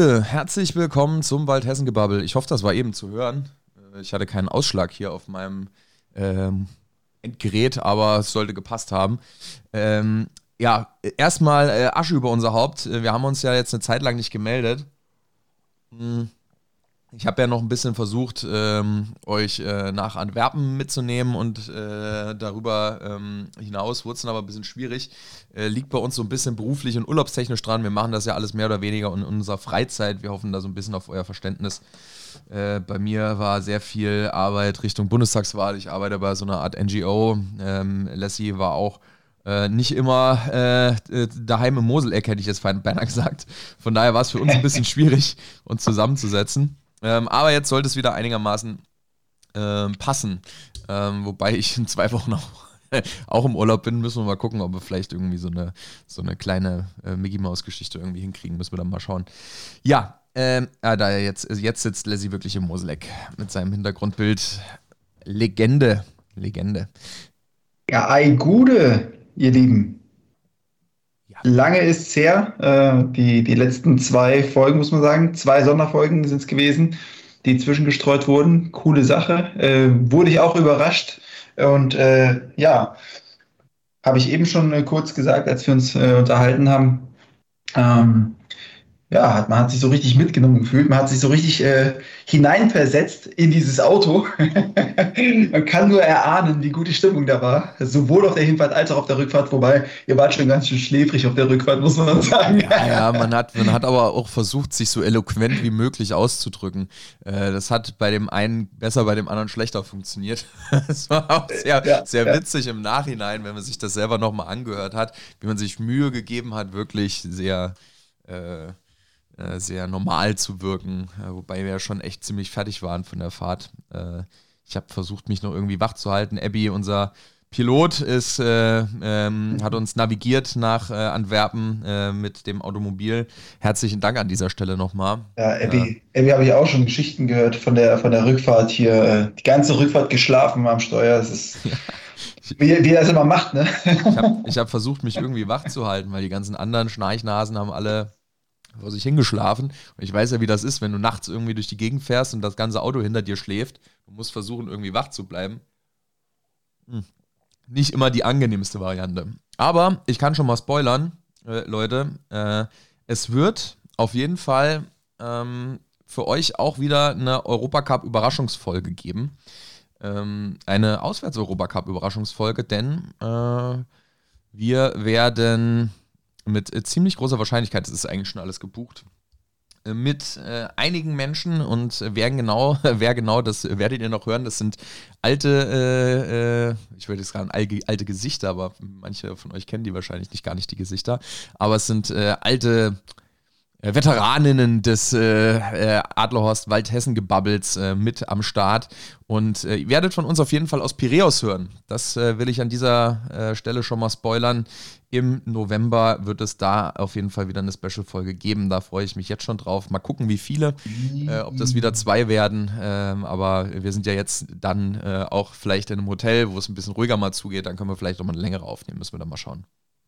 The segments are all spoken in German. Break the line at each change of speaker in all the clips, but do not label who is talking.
Leute, herzlich willkommen zum Waldhessen-Gebabbel. Ich hoffe, das war eben zu hören. Ich hatte keinen Ausschlag hier auf meinem Endgerät, aber es sollte gepasst haben. Erstmal Asche über unser Haupt. Wir haben uns ja jetzt eine Zeit lang nicht gemeldet. Ich habe ja noch ein bisschen versucht, euch nach Antwerpen mitzunehmen und darüber hinaus wurde es dann aber ein bisschen schwierig. Liegt bei uns so ein bisschen beruflich und urlaubstechnisch dran. Wir machen das ja alles mehr oder weniger in unserer Freizeit. Wir hoffen da so ein bisschen auf euer Verständnis. Bei mir war sehr viel Arbeit Richtung Bundestagswahl. Ich arbeite bei so einer Art NGO. Lassie war auch nicht immer daheim im Moseleck, hätte ich jetzt beinahe gesagt. Von daher war es für uns ein bisschen schwierig, uns zusammenzusetzen. Aber jetzt sollte es wieder einigermaßen passen. Wobei ich in 2 Wochen auch im Urlaub bin. Müssen wir mal gucken, ob wir vielleicht irgendwie so eine kleine Mickey-Maus-Geschichte irgendwie hinkriegen. Müssen wir dann mal schauen. Ja, jetzt sitzt Lassie wirklich im Moseleck mit seinem Hintergrundbild. Legende.
Ja, ei Gude, ihr Lieben.
Ja.
Lange ist's her. Die letzten 2 Folgen, muss man sagen. 2 Sonderfolgen sind es gewesen, die zwischengestreut wurden. Coole Sache. Wurde ich auch überrascht. Und habe ich eben schon kurz gesagt, als wir uns unterhalten haben. Man hat sich so richtig mitgenommen gefühlt. Man hat sich so richtig hineinversetzt in dieses Auto. Man kann nur erahnen, wie gute Stimmung da war. Sowohl auf der Hinfahrt als auch auf der Rückfahrt. Wobei, ihr wart schon ganz schön schläfrig auf der Rückfahrt, muss man sagen.
Ja, man hat aber auch versucht, sich so eloquent wie möglich auszudrücken. Das hat bei dem einen besser, bei dem anderen schlechter funktioniert. Das war auch sehr witzig im Nachhinein, wenn man sich das selber nochmal angehört hat, wie man sich Mühe gegeben hat, wirklich sehr normal zu wirken, wobei wir ja schon echt ziemlich fertig waren von der Fahrt. Ich habe versucht, mich noch irgendwie wach zu halten. Abby, unser Pilot, hat uns navigiert nach Antwerpen mit dem Automobil. Herzlichen Dank an dieser Stelle nochmal.
Ja, Abby habe ich auch schon Geschichten gehört von der Rückfahrt hier. Die ganze Rückfahrt geschlafen am Steuer. Das ist, wie er das immer macht, ne?
Ich hab versucht, mich irgendwie wach zu halten, weil die ganzen anderen Schnarchnasen haben alle vor sich hingeschlafen. Und ich weiß ja, wie das ist, wenn du nachts irgendwie durch die Gegend fährst und das ganze Auto hinter dir schläft. Du musst versuchen, irgendwie wach zu bleiben. Nicht immer die angenehmste Variante. Aber ich kann schon mal spoilern, Leute. Es wird auf jeden Fall für euch auch wieder eine Europacup-Überraschungsfolge geben. Eine Auswärts-Europacup-Überraschungsfolge, denn wir werden mit ziemlich großer Wahrscheinlichkeit, das ist eigentlich schon alles gebucht, mit einigen Menschen und wer genau, das werdet ihr noch hören, das sind alte, ich würde jetzt sagen alte Gesichter, aber manche von euch kennen die wahrscheinlich gar nicht, die Gesichter, aber es sind alte Veteraninnen des Adlerhorst Waldhessen-Gebabbels mit am Start und ihr werdet von uns auf jeden Fall aus Piräus hören. Das will ich an dieser Stelle schon mal spoilern. Im November wird es da auf jeden Fall wieder eine Special-Folge geben. Da freue ich mich jetzt schon drauf. Mal gucken, wie viele, ob das wieder 2 werden. Aber wir sind ja jetzt dann auch vielleicht in einem Hotel, wo es ein bisschen ruhiger mal zugeht. Dann können wir vielleicht noch mal eine längere aufnehmen. Müssen wir dann mal schauen.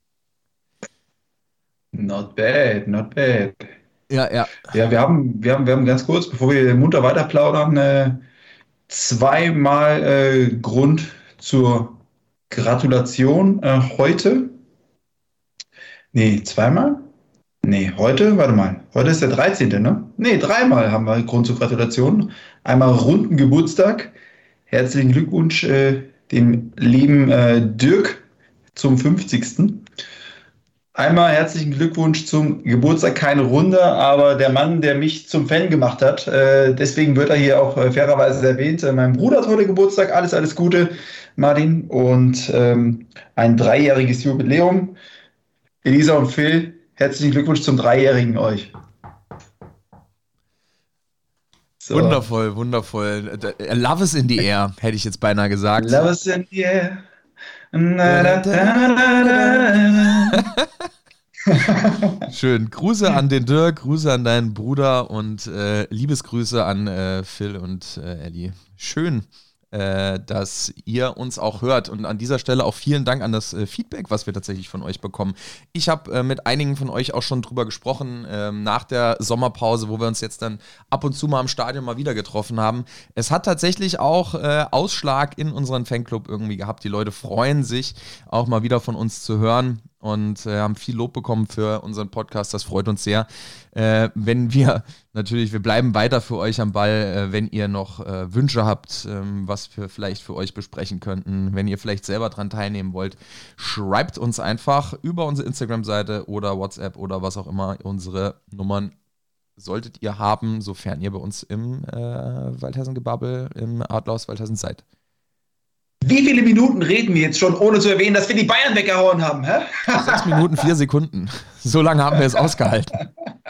Not bad, not bad.
Ja.
Ja, wir haben ganz kurz, bevor wir munter weiter plaudern, 2-mal Grund zur Gratulation heute. Nee, 2-mal? Nee, heute, warte mal. Heute ist der 13., ne? Nee, 3-mal haben wir Grund zur Gratulation. Einmal runden Geburtstag. Herzlichen Glückwunsch dem lieben Dirk zum 50. Einmal herzlichen Glückwunsch zum Geburtstag, keine Runde, aber der Mann, der mich zum Fan gemacht hat, deswegen wird er hier auch fairerweise erwähnt. Mein Bruder hat heute Geburtstag, alles Gute, Martin, und ein 3-jähriges Jubiläum. Elisa und Phil, herzlichen Glückwunsch zum 3-jährigen euch.
So. Wundervoll. Love is in the air, hätte ich jetzt beinahe gesagt.
Love is in the air.
Schön. Grüße an den Dirk, Grüße an deinen Bruder und Liebesgrüße an Phil und Ellie. Schön. dass ihr uns auch hört. Und an dieser Stelle auch vielen Dank an das Feedback, was wir tatsächlich von euch bekommen. Ich habe mit einigen von euch auch schon drüber gesprochen, nach der Sommerpause, wo wir uns jetzt dann ab und zu mal im Stadion mal wieder getroffen haben. Es hat tatsächlich auch Ausschlag in unseren Fanclub irgendwie gehabt. Die Leute freuen sich, auch mal wieder von uns zu hören und haben viel Lob bekommen für unseren Podcast. Das freut uns sehr. Wenn wir bleiben weiter für euch am Ball, wenn ihr noch Wünsche habt, was wir vielleicht für euch besprechen könnten, wenn ihr vielleicht selber dran teilnehmen wollt, schreibt uns einfach über unsere Instagram-Seite oder WhatsApp oder was auch immer. Unsere Nummern solltet ihr haben, sofern ihr bei uns im Waldhessen-Gebabbel, im Adlerhaus Waldhessen seid.
Wie viele Minuten reden wir jetzt schon, ohne zu erwähnen, dass wir die Bayern weggehauen haben? Hä?
6 Minuten, 4 Sekunden. So lange haben wir es ausgehalten.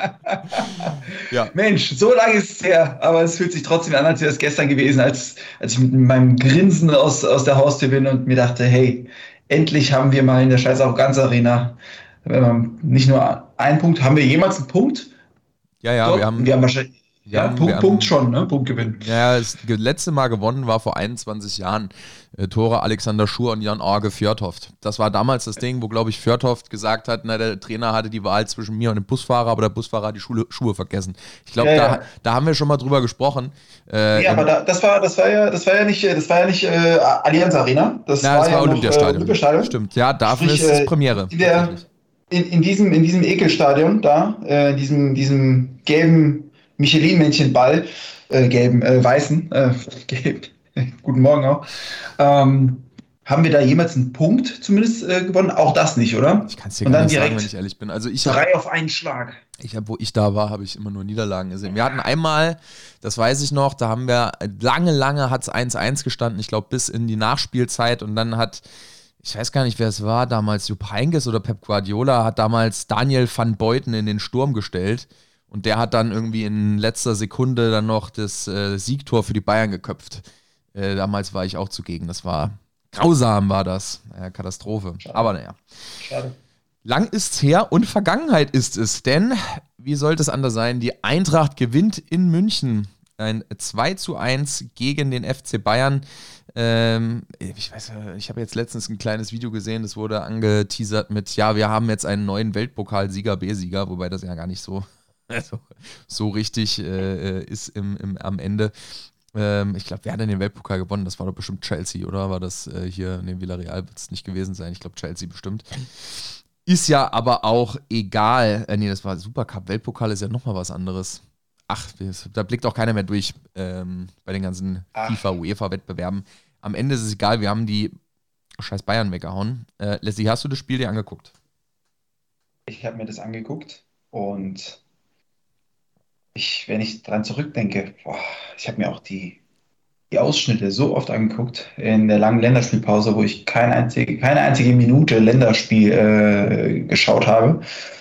Ja. Mensch, so lange ist es her, aber es fühlt sich trotzdem an, als wäre es gestern gewesen, als ich mit meinem Grinsen aus der Haustür bin und mir dachte, hey, endlich haben wir mal in der scheiß Arroganz-Arena nicht nur einen Punkt. Haben wir jemals einen Punkt?
Ja,
dort,
wir haben
wahrscheinlich... Ja, Punkt schon, ne? Punktgewinn.
Ja, das letzte Mal gewonnen war vor 21 Jahren. Tore Alexander Schur und Jan Orge Fjørtoft. Das war damals das Ding, wo, glaube ich, Fjørtoft gesagt hat, der Trainer hatte die Wahl zwischen mir und dem Busfahrer, aber der Busfahrer hat die Schuhe vergessen. Ich glaube, da haben wir schon mal drüber gesprochen.
Aber das war ja nicht Allianz Arena. Das war
Olympiastadion. Stimmt, ja, dafür ist es Premiere.
In diesem Ekelstadion da, in diesem gelben Michelin-Männchen-Ball, weißen, gelb, guten Morgen auch, haben wir da jemals einen Punkt zumindest gewonnen? Auch das nicht, oder?
Ich kann es dir gar nicht sagen, wenn ich ehrlich bin. Also
3 auf einen Schlag.
Wo ich da war, habe ich immer nur Niederlagen gesehen. Wir hatten einmal, das weiß ich noch, da haben wir lange hat es 1-1 gestanden, ich glaube bis in die Nachspielzeit und dann ich weiß gar nicht, wer es war damals, Jupp Heynckes oder Pep Guardiola, hat damals Daniel van Beuten in den Sturm gestellt. Und der hat dann irgendwie in letzter Sekunde dann noch das Siegtor für die Bayern geköpft. Damals war ich auch zugegen. Das war grausam, war das. Katastrophe. Schade. Aber naja. Schade. Lang ist's her und Vergangenheit ist es. Denn, wie sollte es anders sein, die Eintracht gewinnt in München. Ein 2-1 gegen den FC Bayern. Ich habe jetzt letztens ein kleines Video gesehen, das wurde angeteasert mit, ja, wir haben jetzt einen neuen Weltpokal-Sieger, B-Sieger, wobei das ja gar nicht so richtig ist am Ende. Ich glaube, wer hat denn den Weltpokal gewonnen? Das war doch bestimmt Chelsea, oder? War das hier, Villarreal wird es nicht gewesen sein. Ich glaube, Chelsea bestimmt. Ist ja aber auch egal. Das war Supercup. Weltpokal ist ja nochmal was anderes. Ach, da blickt auch keiner mehr durch bei den ganzen FIFA-UEFA-Wettbewerben. Am Ende ist es egal, wir haben die scheiß Bayern weggehauen. Leslie, hast du das Spiel dir angeguckt?
Ich habe mir das angeguckt und wenn ich dran zurückdenke, ich habe mir auch die Ausschnitte so oft angeguckt in der langen Länderspielpause, wo ich keine einzige Minute Länderspiel geschaut habe.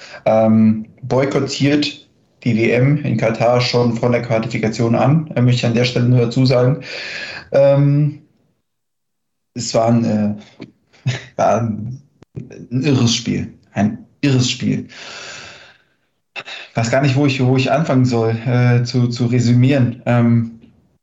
Boykottiert die WM in Katar schon von der Qualifikation an, möchte ich an der Stelle nur dazu sagen. Es war ein irres Spiel. Ein irres Spiel. Ich weiß gar nicht, wo ich anfangen soll, zu resümieren.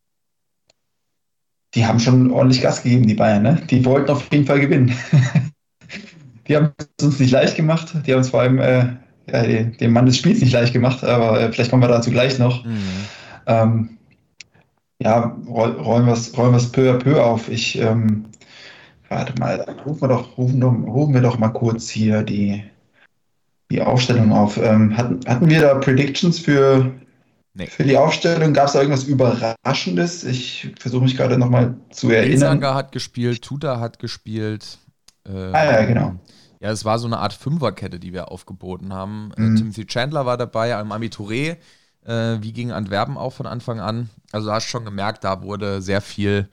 Die haben schon ordentlich Gas gegeben, die Bayern, ne? Die wollten auf jeden Fall gewinnen. Die haben es uns nicht leicht gemacht. Die haben es vor allem dem Mann des Spiels nicht leicht gemacht, aber vielleicht kommen wir dazu gleich noch. Mhm. Rollen wir es peu à peu auf. Warte mal, rufen wir doch mal kurz hier die Aufstellung auf. Hatten wir da Predictions für die Aufstellung? Gab es da irgendwas Überraschendes? Ich versuche mich gerade nochmal zu erinnern.
Ilsangar hat gespielt, Tuta hat gespielt.
Ja, genau.
Ja, es war so eine Art Fünferkette, die wir aufgeboten haben. Timothy Chandler war dabei, Ami Touré, wie gegen Antwerpen auch von Anfang an. Also du hast schon gemerkt, da wurde sehr viel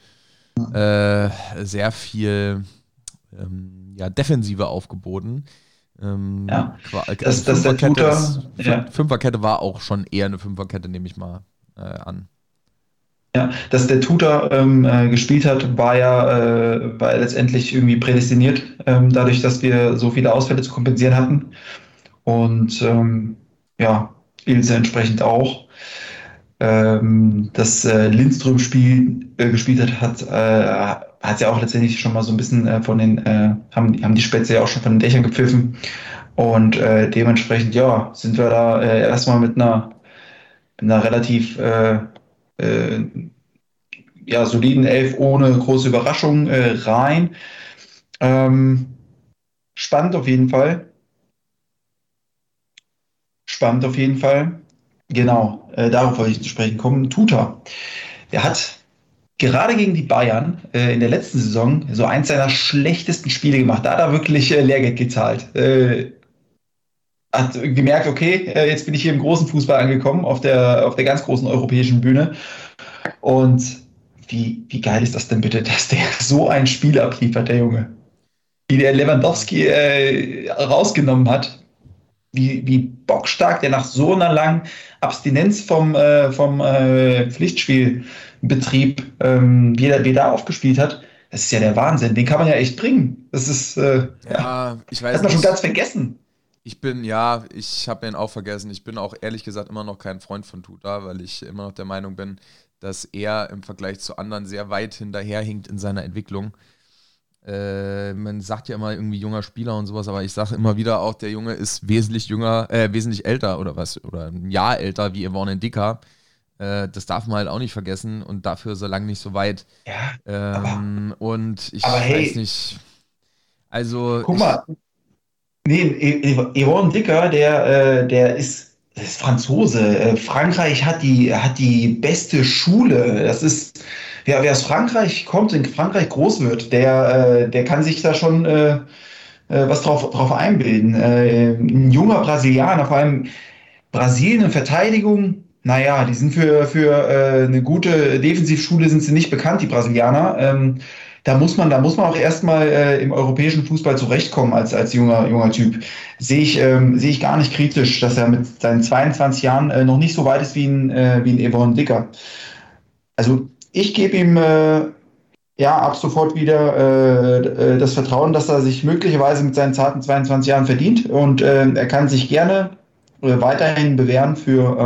Defensive aufgeboten. Fünferkette war auch schon eher eine Fünferkette, nehme ich mal an.
Ja, dass der Tuta gespielt hat, war letztendlich irgendwie prädestiniert, dadurch, dass wir so viele Ausfälle zu kompensieren hatten. Und Ilse entsprechend auch. dass Lindström gespielt hat, hat ja auch letztendlich schon mal so ein bisschen von den, haben die Spätze ja auch schon von den Dächern gepfiffen. Und dementsprechend, ja, sind wir da erstmal mit einer relativ äh, ja, soliden Elf ohne große Überraschung rein. Ähm, spannend auf jeden Fall. Spannend auf jeden Fall. Genau, darauf wollte ich zu sprechen kommen. Tuta, der hat gerade gegen die Bayern in der letzten Saison so eins seiner schlechtesten Spiele gemacht. Da hat er wirklich Lehrgeld gezahlt. Hat gemerkt, okay, jetzt bin ich hier im großen Fußball angekommen, auf der ganz großen europäischen Bühne. Und wie geil ist das denn bitte, dass der so ein Spiel abliefert, der Junge? Wie der
Ja.
Lewandowski rausgenommen hat, wie bockstark der nach so einer langen Abstinenz vom Pflichtspielbetrieb, wie der aufgespielt hat, das ist ja der Wahnsinn. Den kann man ja echt bringen. Das ist, ja,
Ja, ich
hat
weiß
man schon
nicht.
ganz vergessen.
Ich habe ihn auch vergessen. Ich bin auch ehrlich gesagt immer noch kein Freund von Tuta, weil ich immer noch der Meinung bin, dass er im Vergleich zu anderen sehr weit hinterherhinkt in seiner Entwicklung. Man sagt ja immer irgendwie junger Spieler und sowas, aber ich sage immer wieder auch, der Junge ist wesentlich jünger, wesentlich älter oder was, oder ein Jahr älter wie Yvonne Ndicka. Das darf man halt auch nicht vergessen und dafür ist er lang nicht so weit.
Ja, aber,
Und
aber
ich weiß
hey,
nicht, also
guck mal, nee, Yvonne Dicker, der ist Franzose. Frankreich hat die beste Schule. Das ist, wer aus Frankreich kommt, in Frankreich groß wird, der kann sich da schon was drauf einbilden. Ein junger Brasilianer, vor allem Brasilien in Verteidigung, naja, die sind für eine gute Defensivschule sind sie nicht bekannt, die Brasilianer. Da muss man auch erstmal im europäischen Fußball zurechtkommen als junger Typ. Sehe ich gar nicht kritisch, dass er mit seinen 22 Jahren noch nicht so weit ist wie ein Evon Dicker. Also ich gebe ihm ja ab sofort wieder das Vertrauen, dass er sich möglicherweise mit seinen zarten 22 Jahren verdient und er kann sich gerne weiterhin bewähren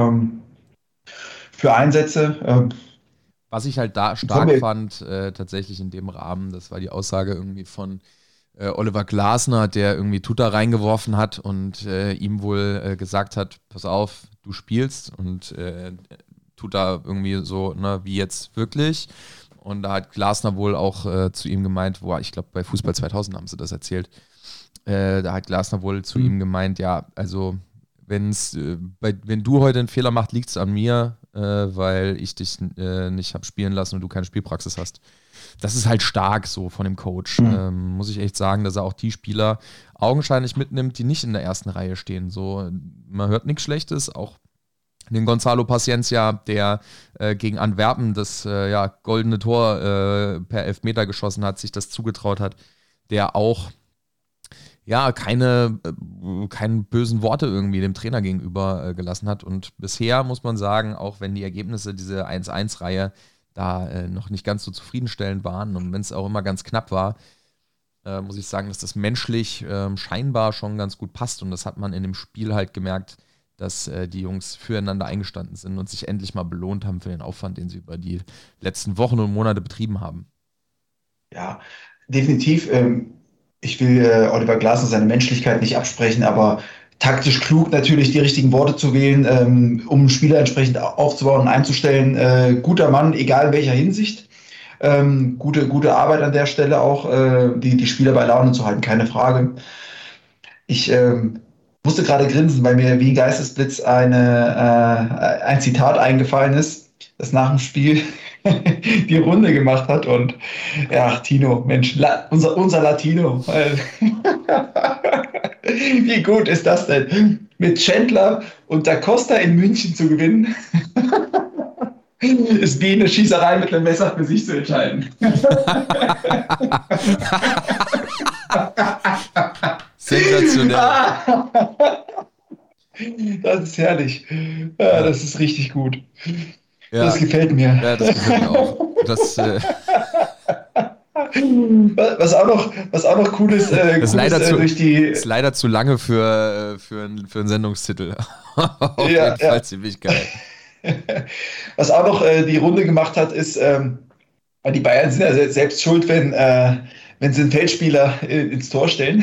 für Einsätze.
was ich halt da
Jetzt haben
stark
wir,
fand, tatsächlich in dem Rahmen, das war die Aussage irgendwie von Oliver Glasner, der irgendwie Tuta reingeworfen hat und ihm wohl gesagt hat, pass auf, du spielst und Tuta irgendwie so, ne, wie jetzt wirklich. Und da hat Glasner wohl auch zu ihm gemeint, ich glaube bei Fußball 2000 haben sie das erzählt, da hat Glasner wohl zu ihm gemeint, ja, also wenn du heute einen Fehler machst, liegt es an mir, weil ich dich nicht habe spielen lassen und du keine Spielpraxis hast. Das ist halt stark so von dem Coach. Muss ich echt sagen, dass er auch die Spieler augenscheinlich mitnimmt, die nicht in der ersten Reihe stehen. So, man hört nichts Schlechtes, auch den Gonzalo Paciencia, der gegen Antwerpen das goldene Tor per Elfmeter geschossen hat, sich das zugetraut hat, der auch keine bösen Worte irgendwie dem Trainer gegenüber gelassen hat. Und bisher muss man sagen, auch wenn die Ergebnisse dieser 1-1-Reihe da noch nicht ganz so zufriedenstellend waren und wenn es auch immer ganz knapp war, muss ich sagen, dass das menschlich scheinbar schon ganz gut passt. Und das hat man in dem Spiel halt gemerkt, dass die Jungs füreinander eingestanden sind und sich endlich mal belohnt haben für den Aufwand, den sie über die letzten Wochen und Monate betrieben haben.
ja, definitiv. Ich will Oliver Glasner seine Menschlichkeit nicht absprechen, aber taktisch klug natürlich die richtigen Worte zu wählen, um Spieler entsprechend aufzubauen und einzustellen. Guter Mann, egal in welcher Hinsicht. Gute Arbeit an der Stelle auch, die Spieler bei Laune zu halten, keine Frage. Ich musste gerade grinsen, weil mir wie ein Geistesblitz ein Zitat eingefallen ist, das nach dem Spiel die Runde gemacht hat. Und ja, Tino, Mensch, unser Latino. Wie gut ist das denn? Mit Chandler und Da Costa in München zu gewinnen, ist wie eine Schießerei mit einem Messer für sich zu entscheiden.
Sensationell.
Das ist herrlich. Ja,
Ja,
das ist richtig gut. Das
ja,
gefällt mir.
ja, das gefällt mir auch.
Was auch noch
Das ist
cool ist durch
ist
die,
leider zu lange für einen Sendungstitel. Auf
ja,
jeden Fall
ja,
ziemlich geil.
Was auch noch die Runde gemacht hat, ist, die Bayern sind ja selbst schuld, wenn sie einen Feldspieler ins Tor stellen.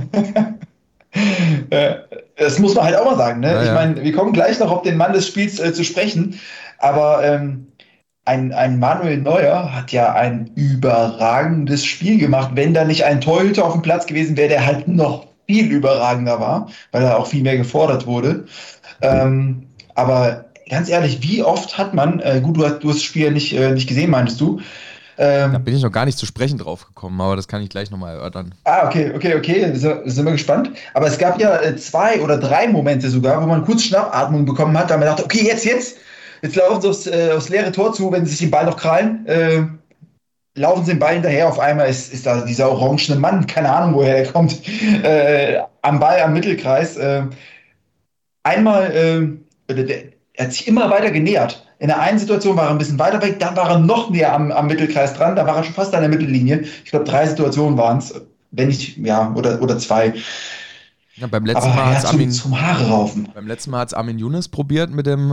Äh, Das muss man halt auch mal sagen. Ne?
Ja,
Ich
ja.
meine, wir kommen gleich noch auf den Mann des Spiels zu sprechen, aber ein Manuel Neuer hat ja ein überragendes Spiel gemacht. Wenn da nicht ein Torhüter auf dem Platz gewesen wäre, der halt noch viel überragender war, weil er auch viel mehr gefordert wurde. Aber ganz ehrlich, wie oft hat man, gut, du hast das Spiel ja nicht gesehen, meintest du?
Da
Ähm,
bin ich noch gar nicht zu sprechen drauf gekommen, aber das kann ich gleich nochmal erörtern.
okay, sind wir gespannt. Aber es gab ja 2 oder 3 Momente sogar, wo man kurz Schnappatmung bekommen hat, da man dachte, okay, jetzt laufen sie aufs leere Tor zu, wenn sie sich den Ball noch krallen. Laufen sie den Ball hinterher, auf einmal ist da dieser orangene Mann, keine Ahnung, woher er kommt, am Ball, am Mittelkreis. Einmal, er hat sich immer weiter genähert. In der einen Situation war er ein bisschen weiter weg, dann war er noch näher am Mittelkreis dran, da war er schon fast an der Mittellinie. Ich glaube, 3 Situationen waren es, wenn nicht, ja, oder 2.
Ja,
Aber ja, zum Haare raufen.
beim letzten Mal hat es Armin Younes probiert mit dem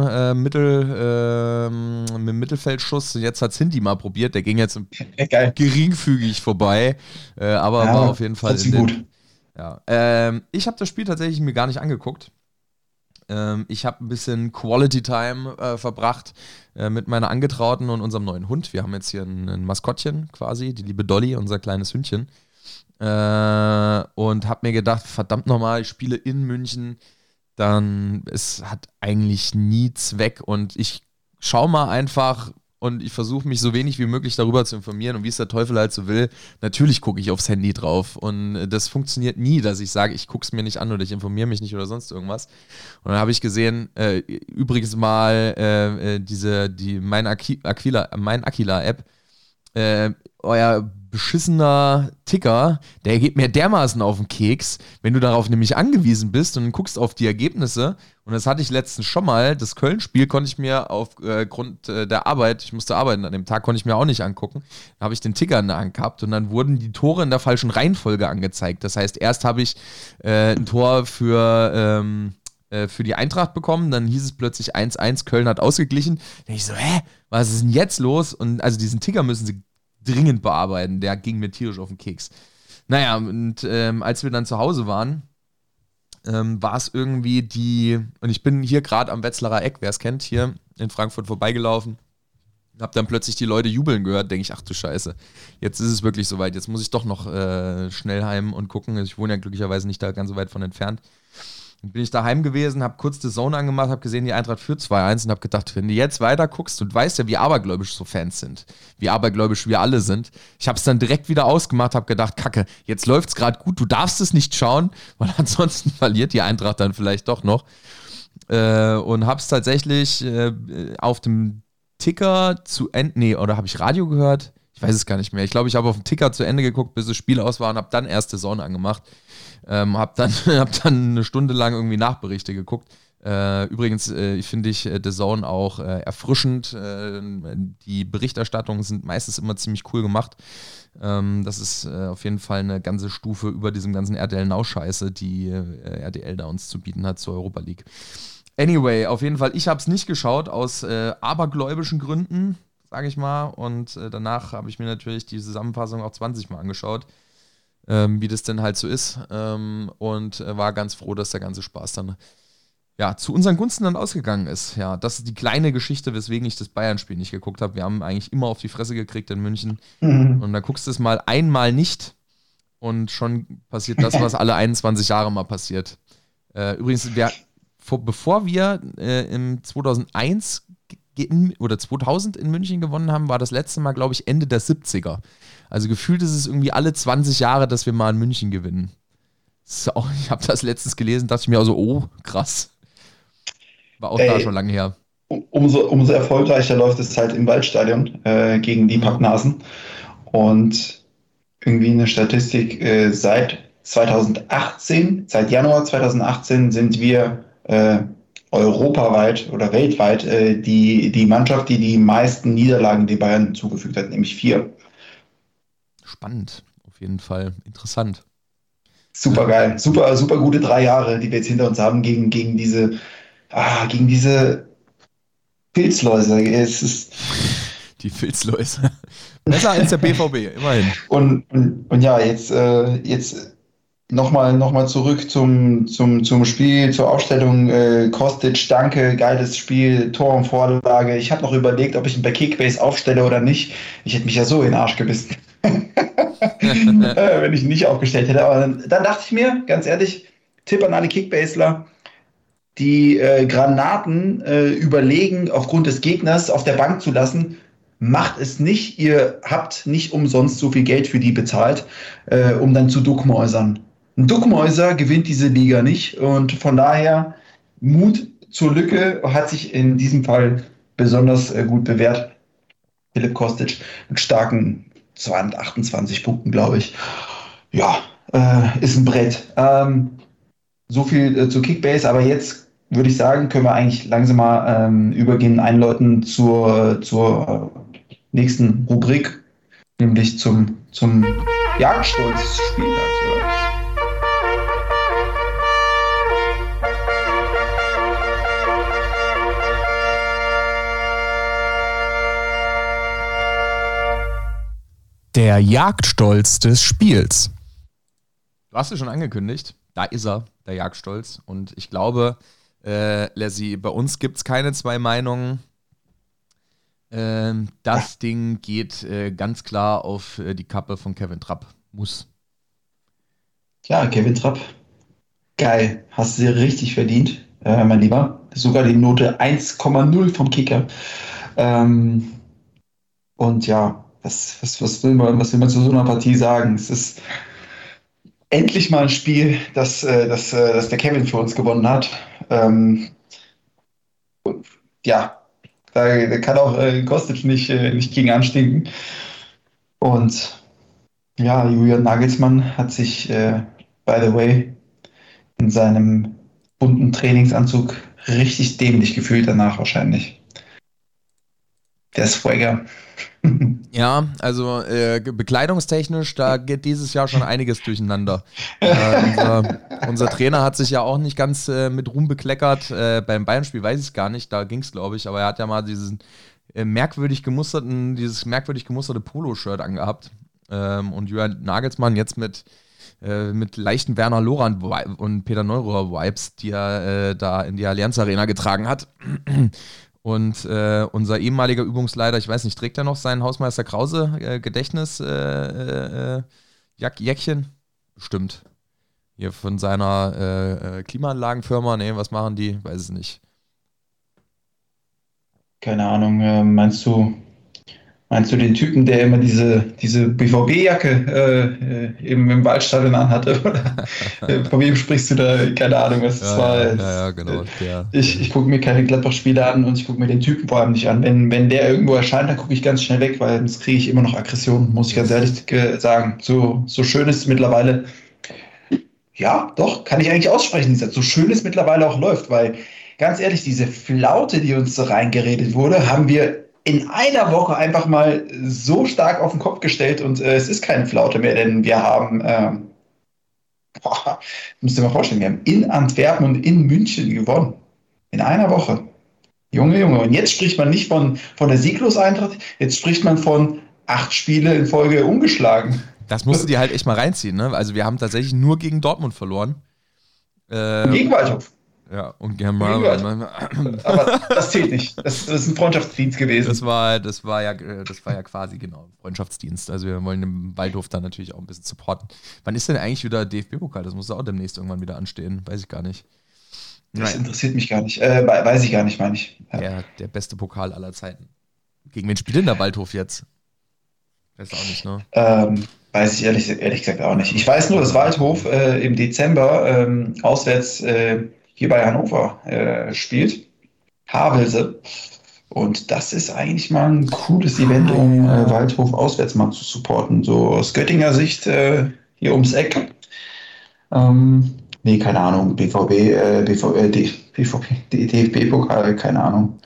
mit dem Mittelfeldschuss. Jetzt hat es Hindi mal probiert. Der ging jetzt
Geil.
geringfügig vorbei, aber
Ja,
war
aber
auf jeden Fall in
trotzdem
den.
gut.
Ja. Ich habe das Spiel tatsächlich mir gar nicht angeguckt. Ich habe ein bisschen Quality Time verbracht mit meiner Angetrauten und unserem neuen Hund. Wir haben jetzt hier ein Maskottchen quasi, die liebe Dolly, unser kleines Hündchen. Und habe mir gedacht, verdammt nochmal, ich spiele in München, dann es hat eigentlich nie Zweck und ich schaue mal einfach und ich versuche mich so wenig wie möglich darüber zu informieren und wie es der Teufel halt so will. Natürlich gucke ich aufs Handy drauf und das funktioniert nie, dass ich sage, ich gucke es mir nicht an oder ich informiere mich nicht oder sonst irgendwas. Und dann habe ich gesehen, übrigens mal die Mein Aquila-App, euer beschissener Ticker, der geht mir dermaßen auf den Keks, wenn du darauf nämlich angewiesen bist und guckst auf die Ergebnisse. Und das hatte ich letztens schon mal. Das Köln-Spiel konnte ich mir aufgrund der Arbeit, ich musste arbeiten an dem Tag, konnte ich mir auch nicht angucken. Da habe ich den Ticker in der Hand gehabt und dann wurden die Tore in der falschen Reihenfolge angezeigt. Das heißt, erst habe ich ein Tor für die Eintracht bekommen, dann hieß es plötzlich 1-1, Köln hat ausgeglichen. Da dachte ich so, hä, was ist denn jetzt los? Und also diesen Ticker müssen sie dringend bearbeiten, der ging mir tierisch auf den Keks. Naja, und als wir dann zu Hause waren, war es irgendwie und ich bin hier gerade am Wetzlarer Eck, wer es kennt, hier in Frankfurt vorbeigelaufen, hab dann plötzlich die Leute jubeln gehört, denke ich, ach du Scheiße, jetzt ist es wirklich soweit, jetzt muss ich doch noch schnell heim und gucken, ich wohne ja glücklicherweise nicht da ganz so weit von entfernt. Dann bin ich daheim gewesen, habe kurz die Zone angemacht, habe gesehen, die Eintracht führt 2-1 und habe gedacht, wenn du jetzt weiter guckst, du weißt ja, wie abergläubisch so Fans sind, wie abergläubisch wir alle sind. Ich habe es dann direkt wieder ausgemacht, habe gedacht, Kacke, jetzt läuft es gerade gut, du darfst es nicht schauen, weil ansonsten verliert die Eintracht dann vielleicht doch noch. Und habe es tatsächlich auf dem Ticker zu Ende, nee, oder habe ich Radio gehört? Ich weiß es gar nicht mehr. Ich glaube, ich habe auf dem Ticker zu Ende geguckt, bis das Spiel aus war und habe dann erst die Zone angemacht. Hab dann eine Stunde lang irgendwie Nachberichte geguckt. Übrigens finde ich The Zone auch erfrischend. Die Berichterstattungen sind meistens immer ziemlich cool gemacht. Das ist auf jeden Fall eine ganze Stufe über diesem ganzen RTL Now-Scheiße, die RTL da uns zu bieten hat zur Europa League. Anyway, auf jeden Fall, ich habe es nicht geschaut aus abergläubischen Gründen, sage ich mal. Und danach habe ich mir natürlich die Zusammenfassung auch 20 Mal angeschaut. Wie das denn halt so ist, und war ganz froh, dass der ganze Spaß dann ja zu unseren Gunsten dann ausgegangen ist. Ja, das ist die kleine Geschichte, weswegen ich das Bayern-Spiel nicht geguckt habe. Wir haben eigentlich immer auf die Fresse gekriegt in München und da guckst du es mal einmal nicht und schon passiert das, was alle 21 Jahre mal passiert. Übrigens, bevor wir im 2001 oder 2000 in München gewonnen haben, war das letzte Mal, glaube ich, Ende der 70er. Also gefühlt ist es irgendwie alle 20 Jahre, dass wir mal in München gewinnen. So, ich habe das letztens gelesen, dachte ich mir also, oh, krass. War auch da schon lange her.
Umso erfolgreicher läuft es halt im Waldstadion gegen die Pappnasen. Und irgendwie eine Statistik, seit Januar 2018 sind wir europaweit oder weltweit die Mannschaft, die meisten Niederlagen den Bayern zugefügt hat, nämlich 4.
Spannend, auf jeden Fall. Interessant.
Super geil. Super gute 3 Jahre, die wir jetzt hinter uns haben gegen diese Pilzläuse. Es ist
Die Filzläuse. Besser als der BVB, immerhin.
und ja, jetzt noch mal zurück zum Spiel, zur Aufstellung. Kostic, danke, geiles Spiel, Tor und Vorlage. Ich habe noch überlegt, ob ich ihn bei Kickbase aufstelle oder nicht. Ich hätte mich ja so in den Arsch gebissen, wenn ich ihn nicht aufgestellt hätte. Aber dann dachte ich mir, ganz ehrlich, Tipp an alle Kickbaseler, die Granaten überlegen, aufgrund des Gegners auf der Bank zu lassen. Macht es nicht, ihr habt nicht umsonst so viel Geld für die bezahlt, um dann zu duckmäusern. Ein Duckmäuser gewinnt diese Liga nicht und von daher Mut zur Lücke hat sich in diesem Fall besonders gut bewährt. Philipp Kostic mit starken 228 Punkten, glaube ich. Ja, ist ein Brett. So viel zu Kickbase, aber jetzt würde ich sagen, können wir eigentlich langsam mal übergehen, einläuten zur nächsten Rubrik, nämlich zum Jagdstolz des Spieltags. Oder?
Der Jagdstolz des Spiels.
Du hast es schon angekündigt. Da ist er, der Jagdstolz. Und ich glaube, Lassie, bei uns gibt es keine zwei Meinungen. Das Ding geht ganz klar auf die Kappe von Kevin Trapp. Muss.
Ja, Kevin Trapp, geil, hast du dir richtig verdient, mein Lieber. Sogar die Note 1,0 vom Kicker. Und ja, was will man zu so einer Partie sagen? Es ist endlich mal ein Spiel, das der Kevin für uns gewonnen hat. Ja, da kann auch Kostic nicht gegen anstinken. Und ja, Julian Nagelsmann hat sich, by the way, in seinem bunten Trainingsanzug richtig dämlich gefühlt danach wahrscheinlich. Der Swagger.
Ja, also bekleidungstechnisch, da geht dieses Jahr schon einiges durcheinander. Unser Trainer hat sich ja auch nicht ganz mit Ruhm bekleckert. Beim Bayern-Spiel weiß ich es gar nicht, da ging es, glaube ich, aber er hat ja mal dieses merkwürdig gemusterte Poloshirt angehabt. Und Julian Nagelsmann jetzt mit leichten Werner Lorand und Peter Neururer Vibes, die er da in die Allianz Arena getragen hat. Und unser ehemaliger Übungsleiter, ich weiß nicht, trägt er noch sein Hausmeister Krause Gedächtnis Jäckchen? Bestimmt. Hier von seiner Klimaanlagenfirma, nee, was machen die? Weiß es nicht.
Keine Ahnung, meinst du den Typen, der immer diese BVB-Jacke im Waldstadion anhatte? Oder von wem sprichst du da? Keine Ahnung, was das war.
Ja, genau.
Ich gucke mir keine Gladbach-Spiele an und ich gucke mir den Typen vor allem nicht an. Wenn der irgendwo erscheint, dann gucke ich ganz schnell weg, weil sonst kriege ich immer noch Aggression, muss ich ganz ehrlich sagen. So schön ist es mittlerweile. Ja, doch, kann ich eigentlich aussprechen, so schön es mittlerweile auch läuft, weil ganz ehrlich, diese Flaute, die uns so reingeredet wurde, haben wir in einer Woche einfach mal so stark auf den Kopf gestellt und es ist keine Flaute mehr, denn wir haben, müsst ihr mal vorstellen, wir haben in Antwerpen und in München gewonnen. In einer Woche. Junge, Junge. Und jetzt spricht man nicht von der Sieglos-Eintracht, jetzt spricht man von 8 Spiele in Folge ungeschlagen.
Das musst du dir halt echt mal reinziehen, ne? Also wir haben tatsächlich nur gegen Dortmund verloren.
Gegen Waldhof.
Ja, und
aber das zählt nicht. Das ist ein Freundschaftsdienst gewesen.
Das war ja quasi genau Freundschaftsdienst. Also wir wollen den Waldhof dann natürlich auch ein bisschen supporten. Wann ist denn eigentlich wieder DFB-Pokal? Das muss auch demnächst irgendwann wieder anstehen. Weiß ich gar nicht.
Das interessiert mich gar nicht. Weiß ich gar nicht, meine ich.
Ja. Der beste Pokal aller Zeiten. Gegen wen spielt denn der Waldhof jetzt? Weiß auch nicht, ne?
Weiß ich ehrlich gesagt auch nicht. Ich weiß nur, dass Waldhof im Dezember auswärts hier bei Hannover spielt. Havelse. Und das ist eigentlich mal ein cooles Event, um Waldhof auswärts mal zu supporten. So aus Göttinger Sicht hier ums Eck. Nee, keine Ahnung. DFB-Pokal, keine Ahnung.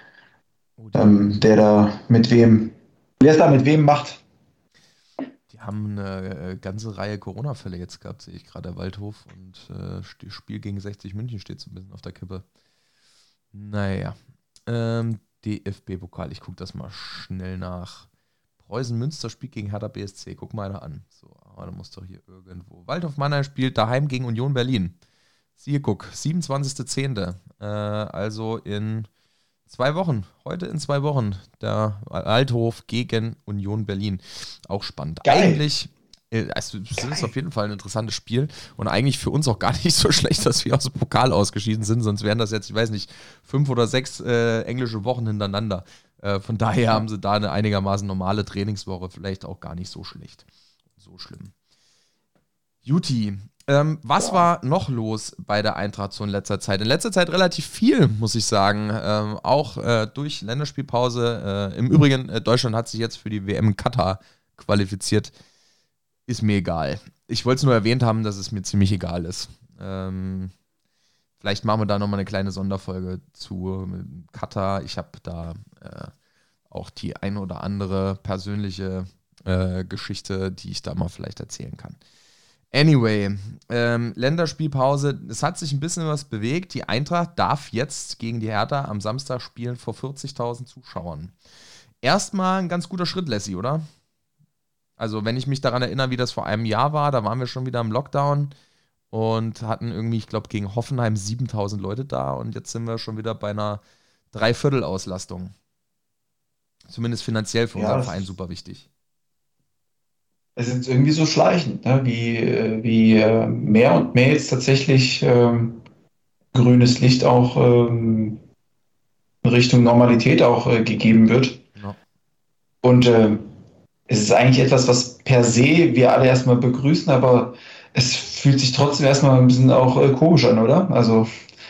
Wer es da mit wem macht.
Die haben eine ganze Reihe Corona-Fälle jetzt gehabt, sehe ich gerade, der Waldhof. Und das Spiel gegen 60 München steht so ein bisschen auf der Kippe. Naja. DFB-Pokal. Ich gucke das mal schnell nach. Preußen Münster spielt gegen Hertha BSC. Guck mal einer an. So, aber da muss doch hier irgendwo. Waldhof Mannheim spielt daheim gegen Union Berlin. Siehe, guck, 27.10. Also in 2 Wochen. Heute in 2 Wochen. Der Waldhof gegen Union Berlin. Auch spannend.
Geil.
Eigentlich, also das ist auf jeden Fall ein interessantes Spiel und eigentlich für uns auch gar nicht so schlecht, dass wir aus dem Pokal ausgeschieden sind, sonst wären das jetzt, ich weiß nicht, 5 oder 6 englische Wochen hintereinander. Von daher haben sie da eine einigermaßen normale Trainingswoche, vielleicht auch gar nicht so schlecht. So schlimm. Juti, was war noch los bei der Eintracht so in letzter Zeit? In letzter Zeit relativ viel, muss ich sagen. Auch durch Länderspielpause. Im Übrigen, Deutschland hat sich jetzt für die WM in Katar qualifiziert. Ist mir egal. Ich wollte es nur erwähnt haben, dass es mir ziemlich egal ist. Vielleicht machen wir da nochmal eine kleine Sonderfolge zu Katar. Ich habe da auch die ein oder andere persönliche Geschichte, die ich da mal vielleicht erzählen kann. Anyway, Länderspielpause. Es hat sich ein bisschen was bewegt. Die Eintracht darf jetzt gegen die Hertha am Samstag spielen vor 40.000 Zuschauern. Erstmal ein ganz guter Schritt, Lassie, oder? Also wenn ich mich daran erinnere, wie das vor einem Jahr war, da waren wir schon wieder im Lockdown und hatten irgendwie, ich glaube, gegen Hoffenheim 7.000 Leute da und jetzt sind wir schon wieder bei einer Dreiviertel-Auslastung. Zumindest finanziell für unseren Verein super wichtig.
Es ist irgendwie so schleichend, ne? Wie mehr und mehr jetzt tatsächlich grünes Licht auch in Richtung Normalität auch gegeben wird.
Ja.
Und es ist eigentlich etwas, was per se wir alle erstmal begrüßen, aber es fühlt sich trotzdem erstmal ein bisschen auch komisch an, oder? Also,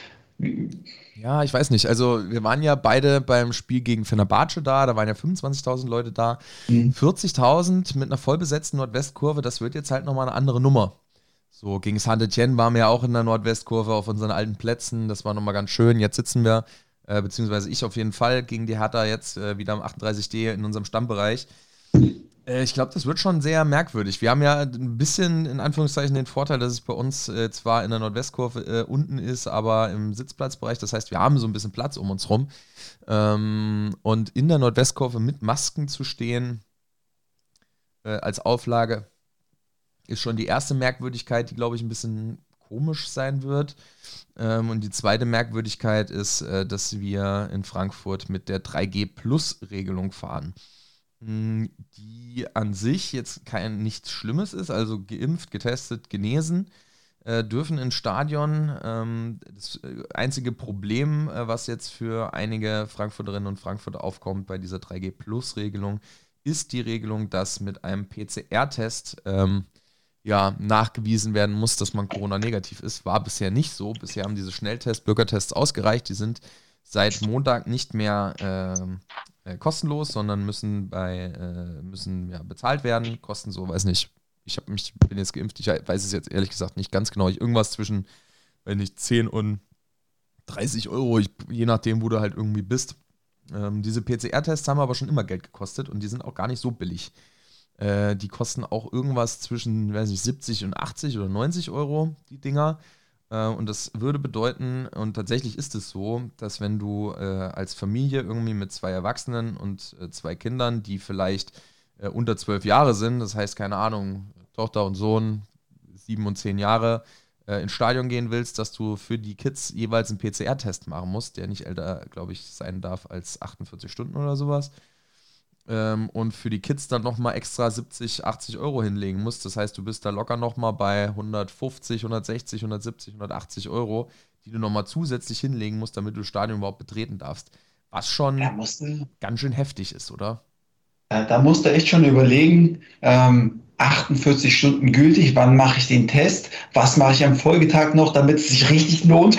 Ja, ich weiß nicht. Also wir waren ja beide beim Spiel gegen Fenerbahce da waren ja 25.000 Leute da. 40.000 mit einer vollbesetzten Nordwestkurve, das wird jetzt halt nochmal eine andere Nummer. So, gegen Saint-Étienne waren wir ja auch in der Nordwestkurve auf unseren alten Plätzen, das war nochmal ganz schön. Jetzt sitzen wir, beziehungsweise ich auf jeden Fall, gegen die Hertha jetzt wieder am 38D in unserem Stammbereich. Ich glaube, das wird schon sehr merkwürdig. Wir haben ja ein bisschen, in Anführungszeichen, den Vorteil, dass es bei uns zwar in der Nordwestkurve unten ist, aber im Sitzplatzbereich. Das heißt, wir haben so ein bisschen Platz um uns rum. Und in der Nordwestkurve mit Masken zu stehen als Auflage ist schon die erste Merkwürdigkeit, die, glaube ich, ein bisschen komisch sein wird. Und die zweite Merkwürdigkeit ist, dass wir in Frankfurt mit der 3G-Plus-Regelung fahren. Die an sich jetzt nichts Schlimmes ist, also geimpft, getestet, genesen, dürfen ins Stadion. Das einzige Problem, was jetzt für einige Frankfurterinnen und Frankfurter aufkommt bei dieser 3G-Plus-Regelung, ist die Regelung, dass mit einem PCR-Test nachgewiesen werden muss, dass man Corona-negativ ist. War bisher nicht so. Bisher haben diese Schnelltests, Bürgertests ausgereicht. Die sind seit Montag nicht mehr kostenlos, sondern müssen bezahlt werden. Kosten so, weiß nicht. Bin jetzt geimpft, ich weiß es jetzt ehrlich gesagt nicht ganz genau. Irgendwas zwischen, wenn nicht 10 und 30 Euro, je nachdem, wo du halt irgendwie bist. Diese PCR-Tests haben aber schon immer Geld gekostet und die sind auch gar nicht so billig. Die kosten auch irgendwas zwischen, weiß nicht, 70 und 80 oder 90 Euro, die Dinger. Und das würde bedeuten, und tatsächlich ist es so, dass wenn du als Familie irgendwie mit 2 Erwachsenen und 2 Kindern, die vielleicht unter 12 Jahre sind, das heißt, keine Ahnung, Tochter und Sohn, 7 und 10 Jahre, ins Stadion gehen willst, dass du für die Kids jeweils einen PCR-Test machen musst, der nicht älter, glaube ich, sein darf als 48 Stunden oder sowas. Und für die Kids dann nochmal extra 70, 80 Euro hinlegen musst. Das heißt, du bist da locker nochmal bei 150, 160, 170, 180 Euro, die du nochmal zusätzlich hinlegen musst, damit du das Stadion überhaupt betreten darfst. Was schon ganz schön heftig ist, oder?
Da musst du echt schon überlegen, 48 Stunden gültig, wann mache ich den Test, was mache ich am Folgetag noch, damit es sich richtig lohnt.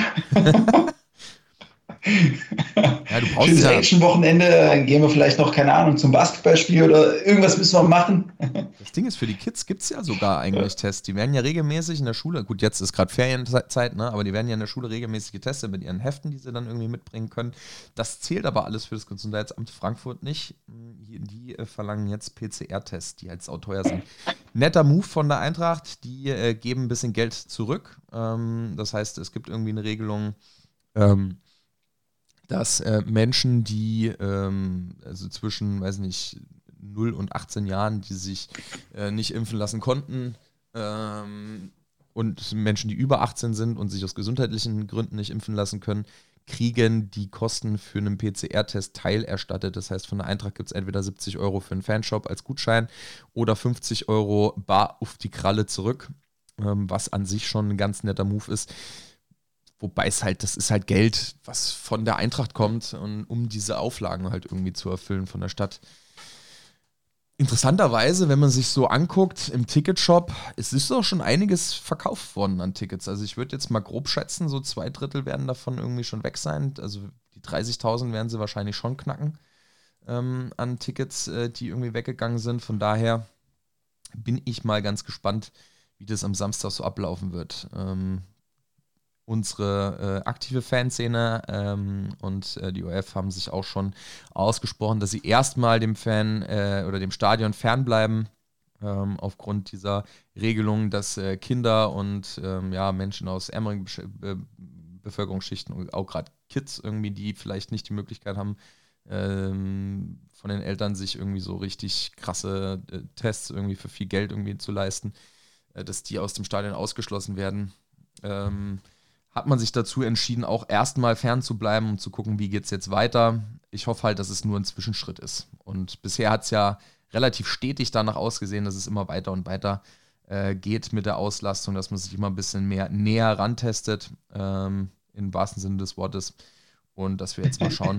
Ja, du brauchst
schönes Action-Wochenende, dann gehen wir vielleicht noch, keine Ahnung, zum Basketballspiel oder irgendwas müssen wir machen.
Das Ding ist, für die Kids gibt es ja sogar eigentlich Tests. Die werden ja regelmäßig in der Schule, gut, jetzt ist gerade Ferienzeit, ne, aber die werden ja in der Schule regelmäßig getestet mit ihren Heften, die sie dann irgendwie mitbringen können. Das zählt aber alles für das Gesundheitsamt Frankfurt nicht. Die verlangen jetzt PCR-Tests, die halt sauteuer sind. Netter Move von der Eintracht, die geben ein bisschen Geld zurück. Das heißt, es gibt irgendwie eine Regelung, dass Menschen, die also zwischen, weiß nicht, 0 und 18 Jahren, die sich nicht impfen lassen konnten, und Menschen, die über 18 sind und sich aus gesundheitlichen Gründen nicht impfen lassen können, kriegen die Kosten für einen PCR-Test teilerstattet. Das heißt, von der Eintracht gibt es entweder 70 Euro für einen Fanshop als Gutschein oder 50 Euro bar auf die Kralle zurück, was an sich schon ein ganz netter Move ist. Wobei das ist halt Geld, was von der Eintracht kommt, und um diese Auflagen halt irgendwie zu erfüllen von der Stadt. Interessanterweise, wenn man sich so anguckt im Ticketshop, es ist auch schon einiges verkauft worden an Tickets. Also ich würde jetzt mal grob schätzen, so 2/3 werden davon irgendwie schon weg sein. Also die 30.000 werden sie wahrscheinlich schon knacken an Tickets, die irgendwie weggegangen sind. Von daher bin ich mal ganz gespannt, wie das am Samstag so ablaufen wird. Unsere aktive Fanszene und die ORF haben sich auch schon ausgesprochen, dass sie erstmal dem Fan oder dem Stadion fernbleiben, aufgrund dieser Regelung, dass Kinder und Menschen aus ärmeren Bevölkerungsschichten und auch gerade Kids irgendwie, die vielleicht nicht die Möglichkeit haben, von den Eltern sich irgendwie so richtig krasse Tests irgendwie für viel Geld irgendwie zu leisten, dass die aus dem Stadion ausgeschlossen werden. Hat man sich dazu entschieden, auch erstmal fernzubleiben, um zu gucken, wie geht es jetzt weiter. Ich hoffe halt, dass es nur ein Zwischenschritt ist. Und bisher hat es ja relativ stetig danach ausgesehen, dass es immer weiter und weiter geht mit der Auslastung, dass man sich immer ein bisschen mehr näher rantestet, im wahrsten Sinne des Wortes. Und dass wir jetzt mal schauen,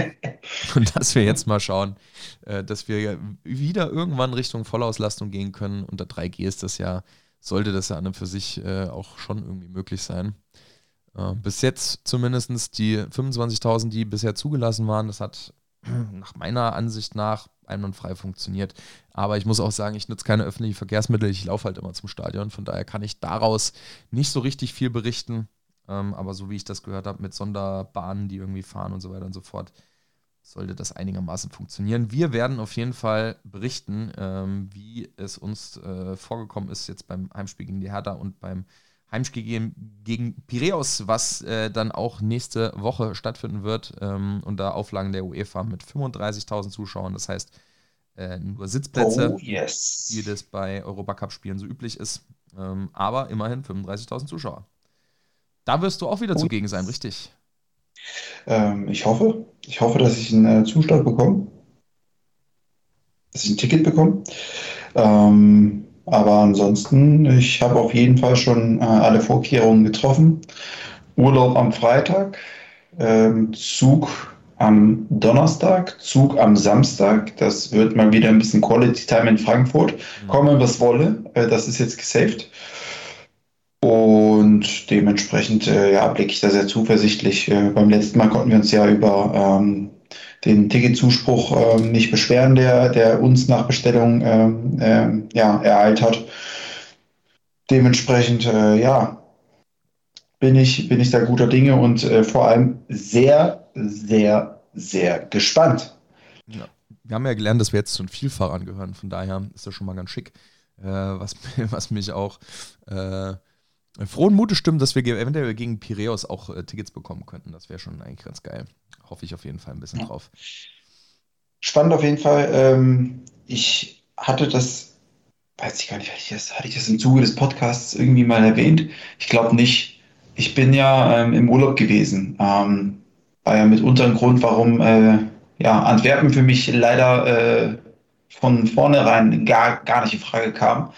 dass wir wieder irgendwann Richtung Vollauslastung gehen können. Unter 3G ist das ja, sollte das ja an und für sich auch schon irgendwie möglich sein. Bis jetzt zumindest die 25.000, die bisher zugelassen waren, das hat nach meiner Ansicht nach einwandfrei funktioniert. Aber ich muss auch sagen, ich nutze keine öffentlichen Verkehrsmittel, ich laufe halt immer zum Stadion, von daher kann ich daraus nicht so richtig viel berichten. Aber so wie ich das gehört habe, mit Sonderbahnen, die irgendwie fahren und so weiter und so fort, sollte das einigermaßen funktionieren. Wir werden auf jeden Fall berichten, wie es uns vorgekommen ist, jetzt beim Heimspiel gegen die Hertha und beim Heimspiel gegen Piräus, was dann auch nächste Woche stattfinden wird, unter Auflagen der UEFA mit 35.000 Zuschauern. Das heißt, nur Sitzplätze, wie das bei Europacup-Spielen so üblich ist. Aber immerhin 35.000 Zuschauer. Da wirst du auch wieder zugegen sein, richtig?
Ich hoffe, dass ich einen Zustand bekomme, dass ich ein Ticket bekomme. Aber ansonsten, ich habe auf jeden Fall schon alle Vorkehrungen getroffen. Urlaub am Freitag, Zug am Donnerstag, Zug am Samstag. Das wird mal wieder ein bisschen Quality Time in Frankfurt. Komme, was wolle. Das ist jetzt gesaved. Und dementsprechend blicke ich da sehr zuversichtlich. Beim letzten Mal konnten wir uns ja über den Ticketzuspruch nicht beschweren, der uns nach Bestellung ereilt hat. Dementsprechend bin ich da guter Dinge und vor allem sehr, sehr, sehr gespannt.
Ja. Wir haben ja gelernt, dass wir jetzt zu den Vielfahrern gehören, von daher ist das schon mal ganz schick, was mich auch frohen Mutes stimmt, dass wir eventuell gegen Piräus auch Tickets bekommen könnten. Das wäre schon eigentlich ganz geil. Hoffe ich auf jeden Fall ein bisschen drauf.
Spannend auf jeden Fall. Ich hatte das, weiß ich gar nicht, hatte ich das im Zuge des Podcasts irgendwie mal erwähnt? Ich glaube nicht. Ich bin ja im Urlaub gewesen. War ja mitunter ein Grund, warum Antwerpen für mich leider von vornherein gar nicht in Frage kam.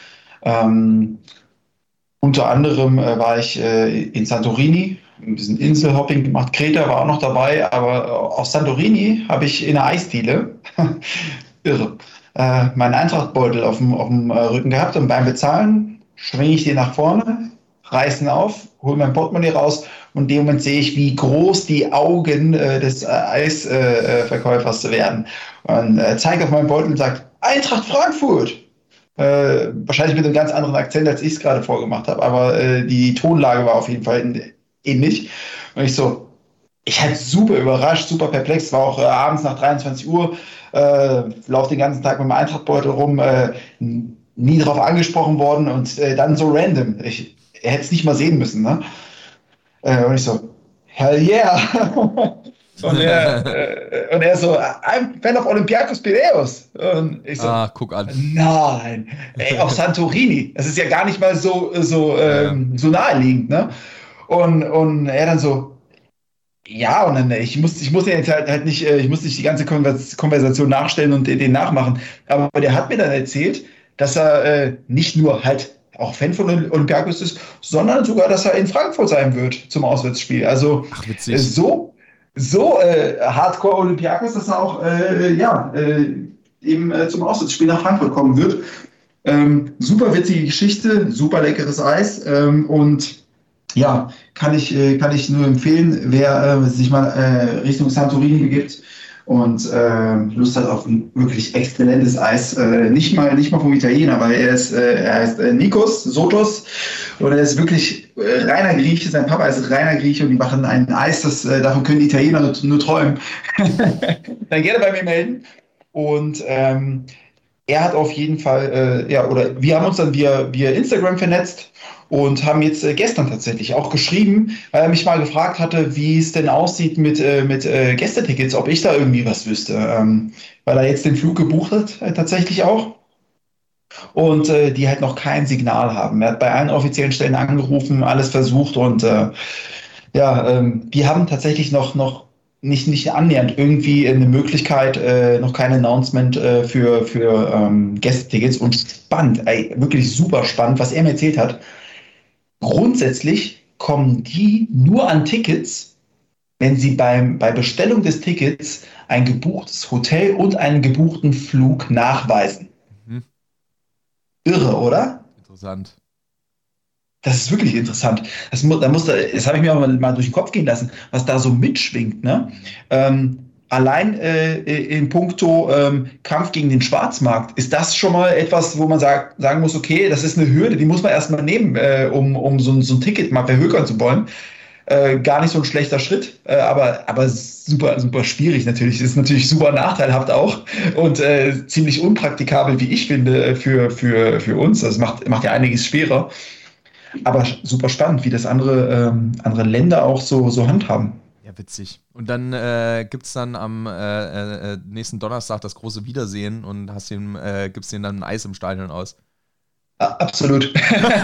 Unter anderem war ich in Santorini, ein bisschen Inselhopping gemacht. Kreta war auch noch dabei, aber auf Santorini habe ich in der Eisdiele, irre, meinen Eintrachtbeutel auf dem Rücken gehabt und beim Bezahlen schwinge ich den nach vorne, reißen auf, hole mein Portemonnaie raus und in dem Moment sehe ich, wie groß die Augen des Eisverkäufers werden. Und zeige auf meinen Beutel und sagt, Eintracht Frankfurt! Wahrscheinlich mit einem ganz anderen Akzent, als ich es gerade vorgemacht habe, aber die Tonlage war auf jeden Fall ähnlich. Und ich halt super überrascht, super perplex, war auch abends nach 23 Uhr, laufe den ganzen Tag mit meinem Eintrachtbeutel rum, nie darauf angesprochen worden und dann so random. Er hätte es nicht mal sehen müssen. Ne? Und hell yeah. Und er so, I'm fan of Olympiakos Piraeus. Und ich so,
guck an.
nein, ey, auf Santorini. Das ist ja gar nicht mal so naheliegend, ne? Und er dann so, ja, und dann, ich muss jetzt halt nicht, ich muss nicht die ganze Konversation nachstellen und den nachmachen. Aber der hat mir dann erzählt, dass er nicht nur halt auch Fan von Olympiakos ist, sondern sogar, dass er in Frankfurt sein wird zum Auswärtsspiel. Also
Ach, witzig.
so Hardcore Olympiakos, dass er auch eben zum Auswärtsspiel nach Frankfurt kommen wird. Super witzige Geschichte, super leckeres Eis und ja, kann ich nur empfehlen, wer sich mal Richtung Santorini begibt und Lust hat auf ein wirklich exzellentes Eis. Nicht mal vom Italiener, weil er heißt Nikos Sotos und er ist wirklich reiner Grieche. Sein Papa ist reiner Grieche und die machen ein Eis, davon können die Italiener nur träumen. Dann gerne bei mir melden. Und er hat auf jeden Fall, oder wir haben uns dann via Instagram vernetzt und haben jetzt gestern tatsächlich auch geschrieben, weil er mich mal gefragt hatte, wie es denn aussieht mit Gästetickets, ob ich da irgendwie was wüsste. Weil er jetzt den Flug gebucht hat, tatsächlich auch. Und die halt noch kein Signal haben. Er hat bei allen offiziellen Stellen angerufen, alles versucht und die haben tatsächlich noch nicht annähernd irgendwie eine Möglichkeit, noch kein Announcement für Gästetickets und spannend, ey, wirklich super spannend, was er mir erzählt hat. Grundsätzlich kommen die nur an Tickets, wenn sie bei Bestellung des Tickets ein gebuchtes Hotel und einen gebuchten Flug nachweisen.
Mhm.
Irre, oder?
Interessant.
Das ist wirklich interessant. Das habe ich mir auch mal durch den Kopf gehen lassen, was da so mitschwingt. Ne? Allein in puncto Kampf gegen den Schwarzmarkt ist das schon mal etwas, wo man sagen muss, okay, das ist eine Hürde, die muss man erstmal nehmen, um so ein Ticket mal verhökern zu wollen. Gar nicht so ein schlechter Schritt, aber super, super schwierig natürlich. Das ist natürlich super nachteilhaft auch und ziemlich unpraktikabel, wie ich finde, für uns. Das macht ja einiges schwerer. Aber super spannend, wie das andere Länder auch so handhaben.
Ja, witzig. Und dann gibt es dann am nächsten Donnerstag das große Wiedersehen und gibst denen dann ein Eis im Stadion aus.
Absolut.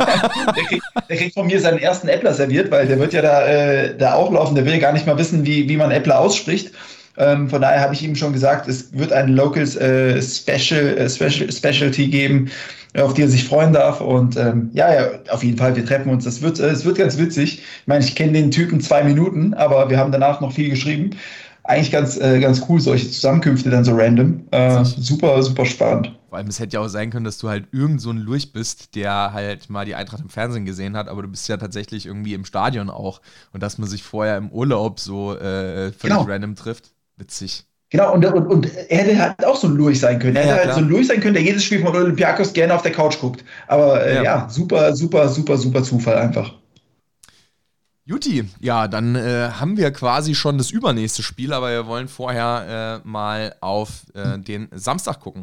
Der kriegt von mir seinen ersten Äppler serviert, weil der wird ja da auflaufen, der will gar nicht mal wissen, wie man Äppler ausspricht. Von daher habe ich ihm schon gesagt, es wird ein Locals Specialty geben, auf die er sich freuen darf. Und auf jeden Fall, wir treffen uns. Es wird ganz witzig. Ich meine, ich kenne den Typen 2 Minuten, aber wir haben danach noch viel geschrieben. Eigentlich ganz cool, solche Zusammenkünfte dann so random. Super, super spannend.
Vor allem, es hätte ja auch sein können, dass du halt irgend so ein Lurch bist, der halt mal die Eintracht im Fernsehen gesehen hat, aber du bist ja tatsächlich irgendwie im Stadion auch. Und dass man sich vorher im Urlaub so völlig random trifft. Witzig.
Genau, und er hätte halt auch so ein Lurch sein können. Er hätte halt so ein Lurch sein können, der jedes Spiel von Olympiakos gerne auf der Couch guckt. Aber super, super, super, super Zufall einfach.
Juti, ja, dann haben wir quasi schon das übernächste Spiel, aber wir wollen vorher mal auf den Samstag gucken.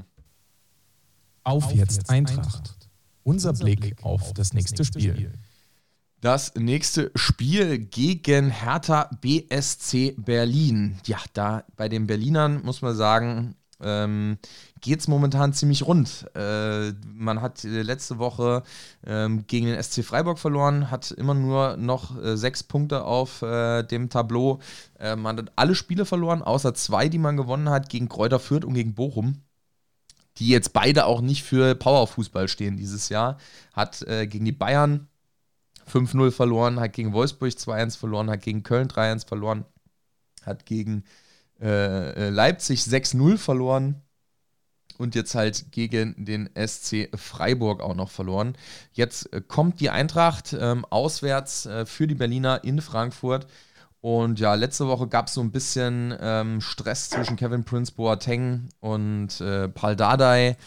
Auf jetzt Eintracht. Unser Blick auf das nächste Spiel.
Das nächste Spiel gegen Hertha BSC Berlin. Ja, da bei den Berlinern muss man sagen, geht es momentan ziemlich rund. Man hat letzte Woche gegen den SC Freiburg verloren, hat immer nur noch 6 Punkte auf dem Tableau. Man hat alle Spiele verloren, außer 2, die man gewonnen hat, gegen Greuther Fürth und gegen Bochum, die jetzt beide auch nicht für Powerfußball stehen dieses Jahr. Hat gegen die Bayern 5-0 verloren, hat gegen Wolfsburg 2-1 verloren, hat gegen Köln 3-1 verloren, hat gegen Leipzig 6-0 verloren und jetzt halt gegen den SC Freiburg auch noch verloren. Jetzt kommt die Eintracht auswärts für die Berliner in Frankfurt. Und ja, letzte Woche gab es so ein bisschen Stress zwischen Kevin Prince Boateng und Paul Dardai,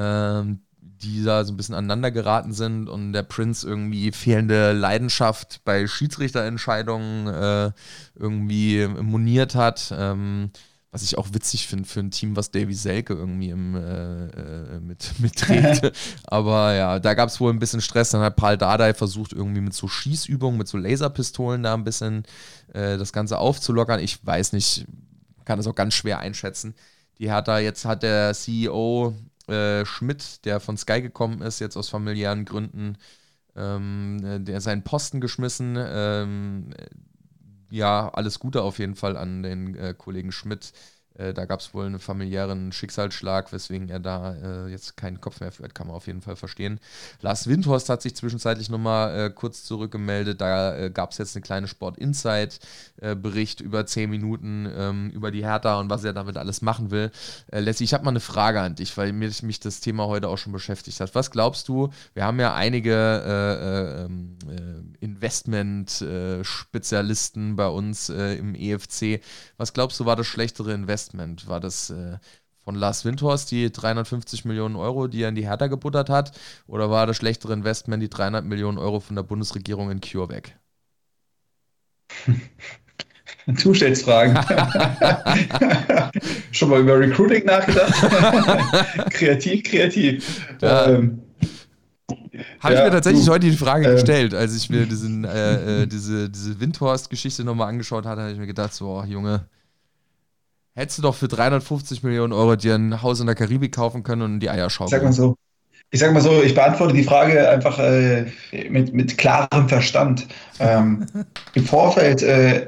die da so ein bisschen aneinander geraten sind und der Prince irgendwie fehlende Leidenschaft bei Schiedsrichterentscheidungen irgendwie moniert hat. Was ich auch witzig finde für ein Team, was Davy Selke irgendwie mitträgt. Aber ja, da gab es wohl ein bisschen Stress. Dann hat Paul Dardai versucht, irgendwie mit so Schießübungen, mit so Laserpistolen da ein bisschen das Ganze aufzulockern. Ich weiß nicht, kann das auch ganz schwer einschätzen. Die Hertha, jetzt hat der CEO Schmidt, der von Sky gekommen ist, jetzt aus familiären Gründen, der seinen Posten geschmissen. Ja, alles Gute auf jeden Fall an den Kollegen Schmidt. Da gab es wohl einen familiären Schicksalsschlag, weswegen er da jetzt keinen Kopf mehr für hat, kann man auf jeden Fall verstehen. Lars Windhorst hat sich zwischenzeitlich nochmal kurz zurückgemeldet. Da gab es jetzt eine kleine Sport-Insight-Bericht über 10 Minuten über die Hertha und was er damit alles machen will. Leslie, ich habe mal eine Frage an dich, weil mich das Thema heute auch schon beschäftigt hat. Was glaubst du, wir haben ja einige Investment-Spezialisten bei uns im EFC. Was glaubst du, war das schlechtere Investment? War das von Lars Windhorst die 350 Millionen Euro, die er in die Hertha gebuttert hat? Oder war das schlechtere Investment die 300 Millionen Euro von der Bundesregierung in CureVac?
Du stellst Fragen. Schon mal über Recruiting nachgedacht? Kreativ.
Ja. Habe ich mir tatsächlich heute die Frage gestellt, als ich mir diese Windhorst-Geschichte nochmal angeschaut hatte, habe ich mir gedacht, so, Junge, hättest du doch für 350 Millionen Euro dir ein Haus in der Karibik kaufen können und die Eier schaukeln.
Ich sag mal so, ich beantworte die Frage einfach mit klarem Verstand. Im Vorfeld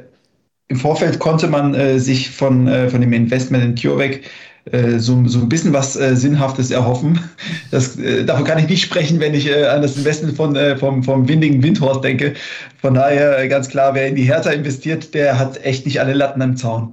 konnte man sich von dem Investment in CureVac so ein bisschen was Sinnhaftes erhoffen. Davon kann ich nicht sprechen, wenn ich an das Investment vom windigen Windhorst denke. Von daher ganz klar, wer in die Hertha investiert, der hat echt nicht alle Latten am Zaun.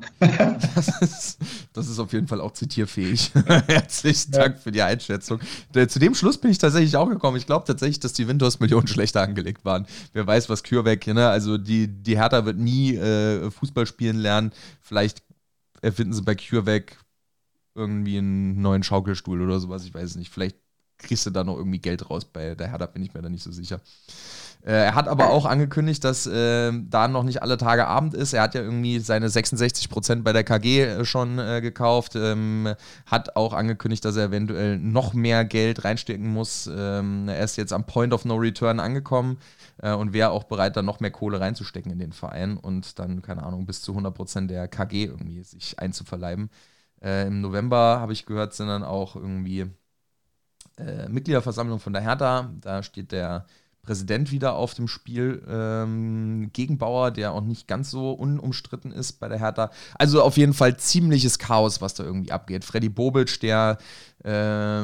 Das ist auf jeden Fall auch zitierfähig. Herzlichen Dank für die Einschätzung. Zu dem Schluss bin ich tatsächlich auch gekommen. Ich glaube tatsächlich, dass die Windhorst-Millionen schlechter angelegt waren. Wer weiß, was CureVac, ne? Also die Hertha wird nie Fußball spielen lernen. Vielleicht erfinden sie bei CureVac irgendwie einen neuen Schaukelstuhl oder sowas, ich weiß es nicht. Vielleicht kriegst du da noch irgendwie Geld raus. Bei der Hertha bin ich mir da nicht so sicher. Er hat aber auch angekündigt, dass da noch nicht alle Tage Abend ist. Er hat ja irgendwie seine 66% bei der KG schon gekauft. Hat auch angekündigt, dass er eventuell noch mehr Geld reinstecken muss. Er ist jetzt am Point of No Return angekommen und wäre auch bereit, da noch mehr Kohle reinzustecken in den Verein und dann, keine Ahnung, bis zu 100% der KG irgendwie sich einzuverleiben. Im November, habe ich gehört, sind dann auch irgendwie Mitgliederversammlung von der Hertha. Da steht der Präsident wieder auf dem Spiel, Gegenbauer, der auch nicht ganz so unumstritten ist bei der Hertha. Also auf jeden Fall ziemliches Chaos, was da irgendwie abgeht. Freddy Bobic, der bei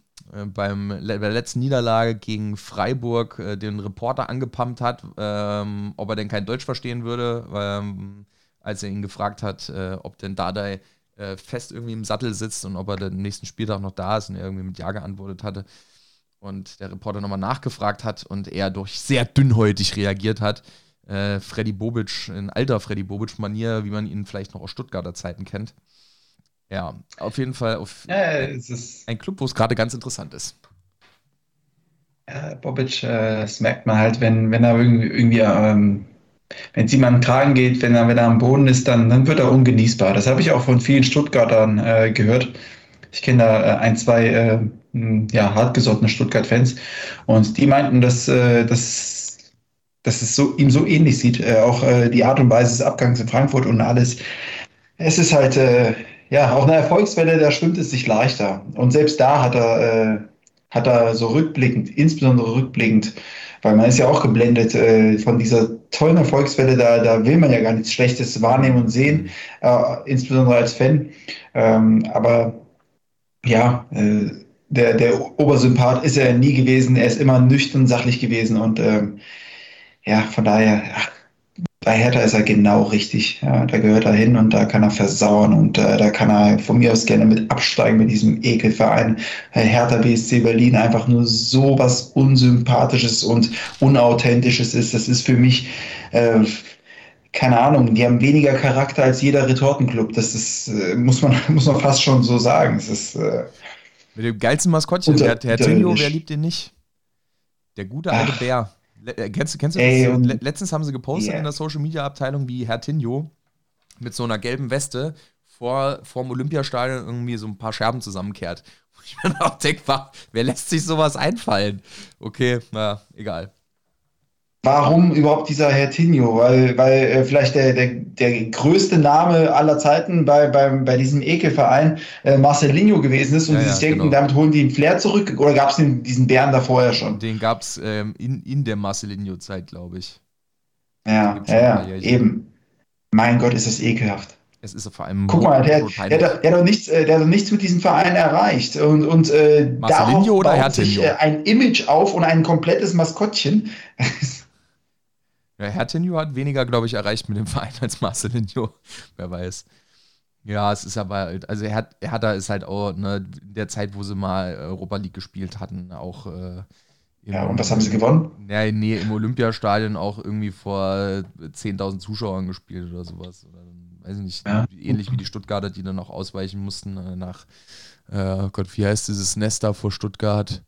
der letzten Niederlage gegen Freiburg den Reporter angepumpt hat, ob er denn kein Deutsch verstehen würde, als er ihn gefragt hat, ob denn Dardai fest irgendwie im Sattel sitzt und ob er den nächsten Spieltag noch da ist und er irgendwie mit Ja geantwortet hatte und der Reporter nochmal nachgefragt hat und er durch sehr dünnhäutig reagiert hat. Freddy Bobic, in alter Freddy Bobic-Manier, wie man ihn vielleicht noch aus Stuttgarter Zeiten kennt. Ja, auf jeden Fall es ist ein Club, wo es gerade ganz interessant ist.
Ja, Bobic, das merkt man halt, wenn er irgendwie wenn es ihm an den Kragen geht, wenn er am Boden ist, dann wird er ungenießbar. Das habe ich auch von vielen Stuttgartern gehört. Ich kenne da ein, zwei hartgesottene Stuttgart-Fans und die meinten, dass es ihm so ähnlich sieht. Auch die Art und Weise des Abgangs in Frankfurt und alles. Es ist halt auch eine Erfolgswelle, da schwimmt es sich leichter. Und selbst da hat er so insbesondere rückblickend, weil man ist ja auch geblendet von dieser tollen Erfolgswelle, da will man ja gar nichts Schlechtes wahrnehmen und sehen, insbesondere als Fan. Aber ja, der Obersympath ist er nie gewesen, er ist immer nüchtern sachlich gewesen und von daher, bei Hertha ist er genau richtig. Ja, da gehört er hin und da kann er versauern und da kann er von mir aus gerne mit absteigen mit diesem Ekelverein. Hertha BSC Berlin einfach nur so was Unsympathisches und Unauthentisches ist. Das ist für mich, keine Ahnung, die haben weniger Charakter als jeder Retortenclub. Das ist, muss man fast schon so sagen. Es ist,
mit dem geilsten Maskottchen, Herr Tinho, wer liebt ihn nicht? Der gute alte Bär. Kennst du das? Letztens haben sie gepostet in der Social-Media-Abteilung, wie Herr Tinho mit so einer gelben Weste vorm Olympiastadion irgendwie so ein paar Scherben zusammenkehrt. Wo ich mir auch denke, wer lässt sich sowas einfallen? Okay, na, egal.
Warum überhaupt dieser Hertinho? Weil vielleicht der größte Name aller Zeiten bei diesem Ekelverein Marcelinho gewesen ist und die sich denken,
genau.
Damit holen die den Flair zurück, oder gab es diesen Bären da vorher schon?
Den gab es in der Marcelinho-Zeit, glaube ich.
Ja, eben. Mein Gott, ist das ekelhaft.
Es ist vor allem.
Guck mal, der hat doch nichts mit diesem Verein erreicht. Und
Marcelinho oder
baut
Hertinho?
sich ein Image auf und ein komplettes Maskottchen.
Ja, Hertinho hat weniger, glaube ich, erreicht mit dem Verein als Marcelinho. Wer weiß. Ja, es ist aber halt, also Hertha ist halt auch, ne, in der Zeit, wo sie mal Europa League gespielt hatten, auch.
Und was haben sie gewonnen?
Ja, nee, im Olympiastadion auch irgendwie vor 10.000 Zuschauern gespielt oder sowas. Oder, weiß ich nicht, ähnlich wie die Stuttgarter, die dann auch ausweichen mussten nach, Gott, wie heißt dieses Nest da vor Stuttgart?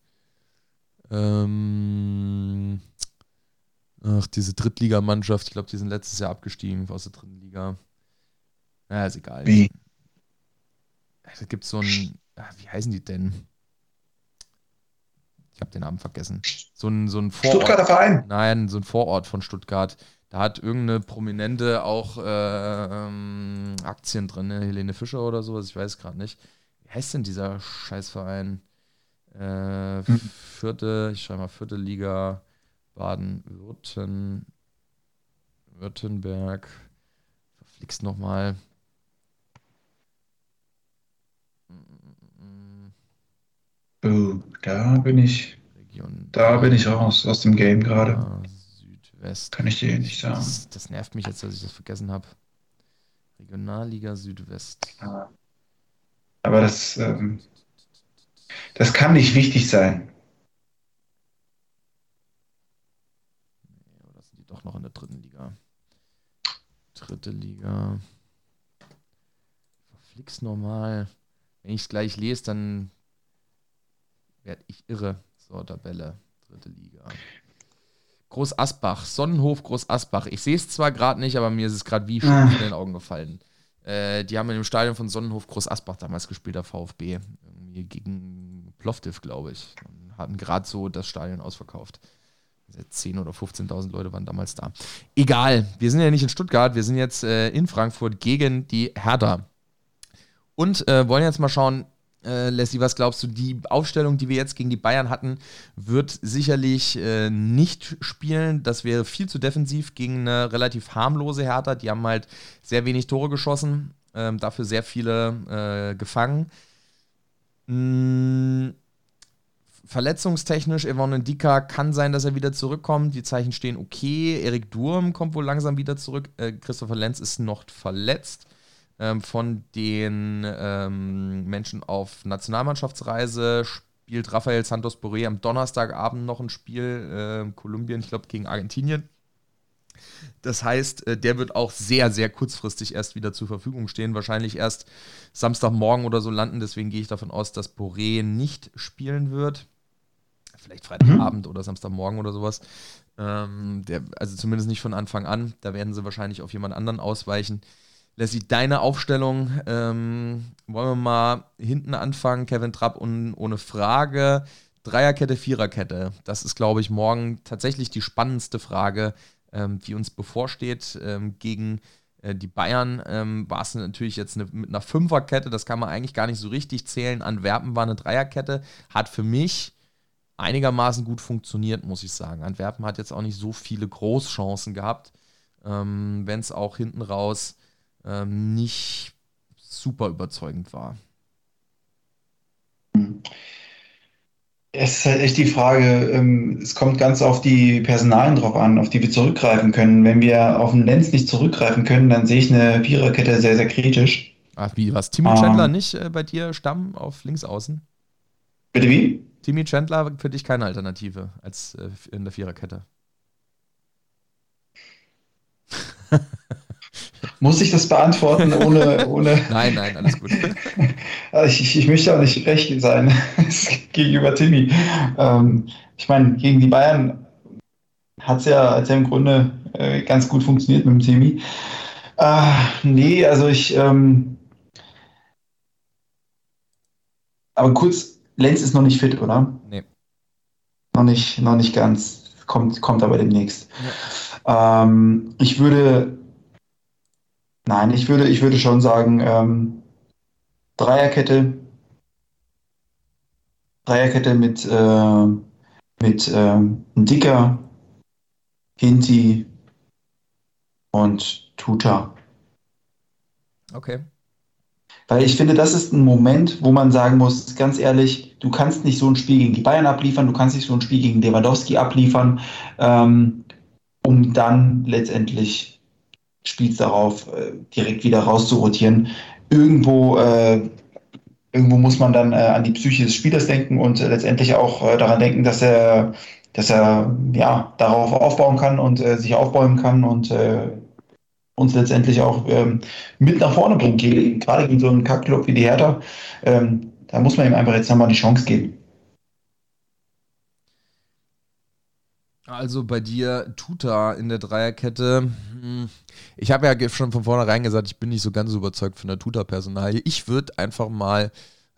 Diese Drittligamannschaft, ich glaube, die sind letztes Jahr abgestiegen aus der dritten Liga. Ja, ist egal.
Wie?
Da gibt es so ein, wie heißen die denn? Ich habe den Namen vergessen. So ein Vorort.
Stuttgarter Verein?
Nein, so ein Vorort von Stuttgart. Da hat irgendeine Prominente auch Aktien drin, ne? Helene Fischer oder sowas, ich weiß gerade nicht. Wie heißt denn dieser Scheißverein? Ich schreibe mal vierte Liga, Baden-Württemberg. Verflixt nochmal.
Da bin ich raus aus dem Game gerade.
Südwest.
Kann ich dir nicht sagen.
Das nervt mich jetzt, dass ich das vergessen habe. Regionalliga Südwest.
Aber das kann nicht wichtig sein.
Oder sind die doch noch in der dritten Liga? Dritte Liga. Verflixt normal. Wenn ich es gleich lese, dann werde ich irre. So, Tabelle. Dritte Liga. Groß Asbach. Sonnenhof Groß Asbach. Ich sehe es zwar gerade nicht, aber mir ist es gerade wie Schuppen in den Augen gefallen. Die haben in dem Stadion von Sonnenhof Groß Asbach damals gespielt, der VfB. Irgendwie gegen Plovdiv, glaube ich. Und hatten gerade so das Stadion ausverkauft. 10.000 oder 15.000 Leute waren damals da. Egal, wir sind ja nicht in Stuttgart, wir sind jetzt in Frankfurt gegen die Hertha. Und wollen jetzt mal schauen, Leslie, was glaubst du, die Aufstellung, die wir jetzt gegen die Bayern hatten, wird sicherlich nicht spielen. Das wäre viel zu defensiv gegen eine relativ harmlose Hertha. Die haben halt sehr wenig Tore geschossen, dafür sehr viele gefangen. Verletzungstechnisch, Evon Ndika kann sein, dass er wieder zurückkommt. Die Zeichen stehen okay. Erik Durm kommt wohl langsam wieder zurück. Christopher Lenz ist noch verletzt. Von den Menschen auf Nationalmannschaftsreise spielt Rafael Santos Borré am Donnerstagabend noch ein Spiel, Kolumbien, ich glaube gegen Argentinien. Das heißt, der wird auch sehr, sehr kurzfristig erst wieder zur Verfügung stehen, wahrscheinlich erst Samstagmorgen oder so landen, deswegen gehe ich davon aus, dass Borré nicht spielen wird. Vielleicht Freitagabend oder Samstagmorgen oder sowas. Also zumindest nicht von Anfang an, da werden sie wahrscheinlich auf jemand anderen ausweichen. Leslie, deine Aufstellung, wollen wir mal hinten anfangen, Kevin Trapp ohne Frage, Dreierkette, Viererkette, das ist, glaube ich, morgen tatsächlich die spannendste Frage, die uns bevorsteht. Gegen die Bayern war es natürlich jetzt mit einer Fünferkette, das kann man eigentlich gar nicht so richtig zählen. Antwerpen war eine Dreierkette, hat für mich einigermaßen gut funktioniert, muss ich sagen. Antwerpen hat jetzt auch nicht so viele Großchancen gehabt, wenn es auch hinten raus nicht super überzeugend war.
Es ist halt echt die Frage, es kommt ganz auf die Personalien drauf an, auf die wir zurückgreifen können. Wenn wir auf den Lenz nicht zurückgreifen können, dann sehe ich eine Viererkette sehr, sehr kritisch.
Ach, wie, was? Timmy Chandler nicht bei dir Stamm auf Linksaußen?
Bitte wie?
Timmy Chandler für dich keine Alternative als in der Viererkette.
Muss ich das beantworten ohne
Nein, alles gut.
Ich möchte auch nicht recht sein gegenüber Timmy. Ich meine, gegen die Bayern hat es ja im Grunde ganz gut funktioniert mit dem Timmy. Nee, also Aber kurz, Lenz ist noch nicht fit, oder?
Nee.
Noch nicht ganz. Kommt aber demnächst.
Ja.
Ich würde, nein, ich würde schon sagen, Dreierkette, Dreierkette mit Dicker, Hinti und Tuta.
Okay.
Weil ich finde, das ist ein Moment, wo man sagen muss, ganz ehrlich, du kannst nicht so ein Spiel gegen die Bayern abliefern, du kannst nicht so ein Spiel gegen Lewandowski abliefern, um dann letztendlich Spiels darauf direkt wieder rauszurotieren. Irgendwo, irgendwo muss man dann an die Psyche des Spielers denken und letztendlich auch daran denken, dass er ja, darauf aufbauen kann und sich aufbäumen kann und uns letztendlich auch mit nach vorne bringt, gerade gegen so einen Kackclub wie die Hertha. Da muss man ihm einfach jetzt nochmal die Chance geben.
Also bei dir Tuta in der Dreierkette. Ich habe ja schon von vornherein gesagt, ich bin nicht so ganz überzeugt von der Tuta-Personalie. Ich würde einfach mal,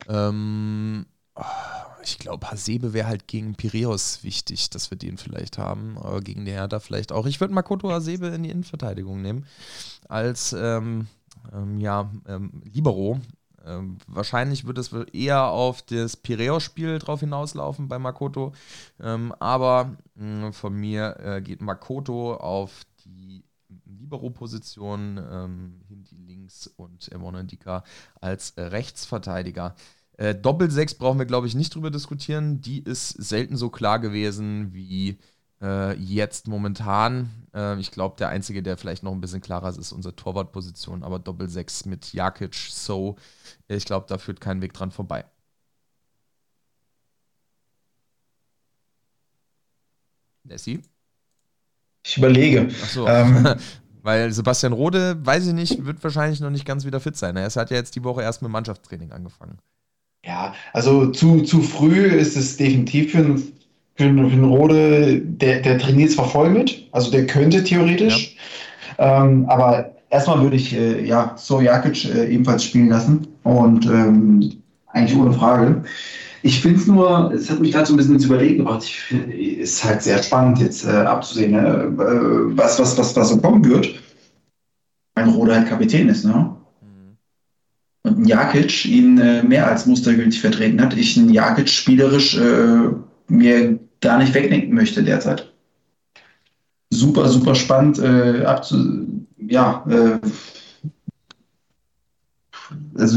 ich glaube, Hasebe wäre halt gegen Piräus wichtig, dass wir den vielleicht haben, aber gegen die Hertha vielleicht auch. Ich würde Makoto Hasebe in die Innenverteidigung nehmen als Libero. Wahrscheinlich wird es eher auf das Piräus-Spiel drauf hinauslaufen bei Makoto, aber von mir geht Makoto auf die Libero-Position, Hindi links und Monandika als Rechtsverteidiger. Doppel-6 brauchen wir, glaube ich, nicht drüber diskutieren. Die ist selten so klar gewesen wie jetzt momentan. Ich glaube, der Einzige, der vielleicht noch ein bisschen klarer ist unsere Torwartposition. Aber Doppel-6 mit Jakic, So, ich glaube, da führt kein Weg dran vorbei. Nessie?
Ich überlege.
Achso. Weil Sebastian Rode, weiß ich nicht, wird wahrscheinlich noch nicht ganz wieder fit sein. Er hat ja jetzt die Woche erst mit Mannschaftstraining angefangen.
Ja, also zu früh ist es definitiv für einen Rode, der trainiert zwar voll mit, also der könnte theoretisch, aber erstmal würde ich So Jakic ebenfalls spielen lassen und eigentlich ohne Frage. Ich finde es nur, es hat mich gerade so ein bisschen ins Überlegen gebracht. Es ist halt sehr spannend jetzt abzusehen, was so kommen wird, wenn Rode halt Kapitän ist, ne? Und ein Jakic ihn mehr als mustergültig vertreten hat, ich einen Jakic spielerisch mir gar nicht wegdenken möchte derzeit. Super, super spannend also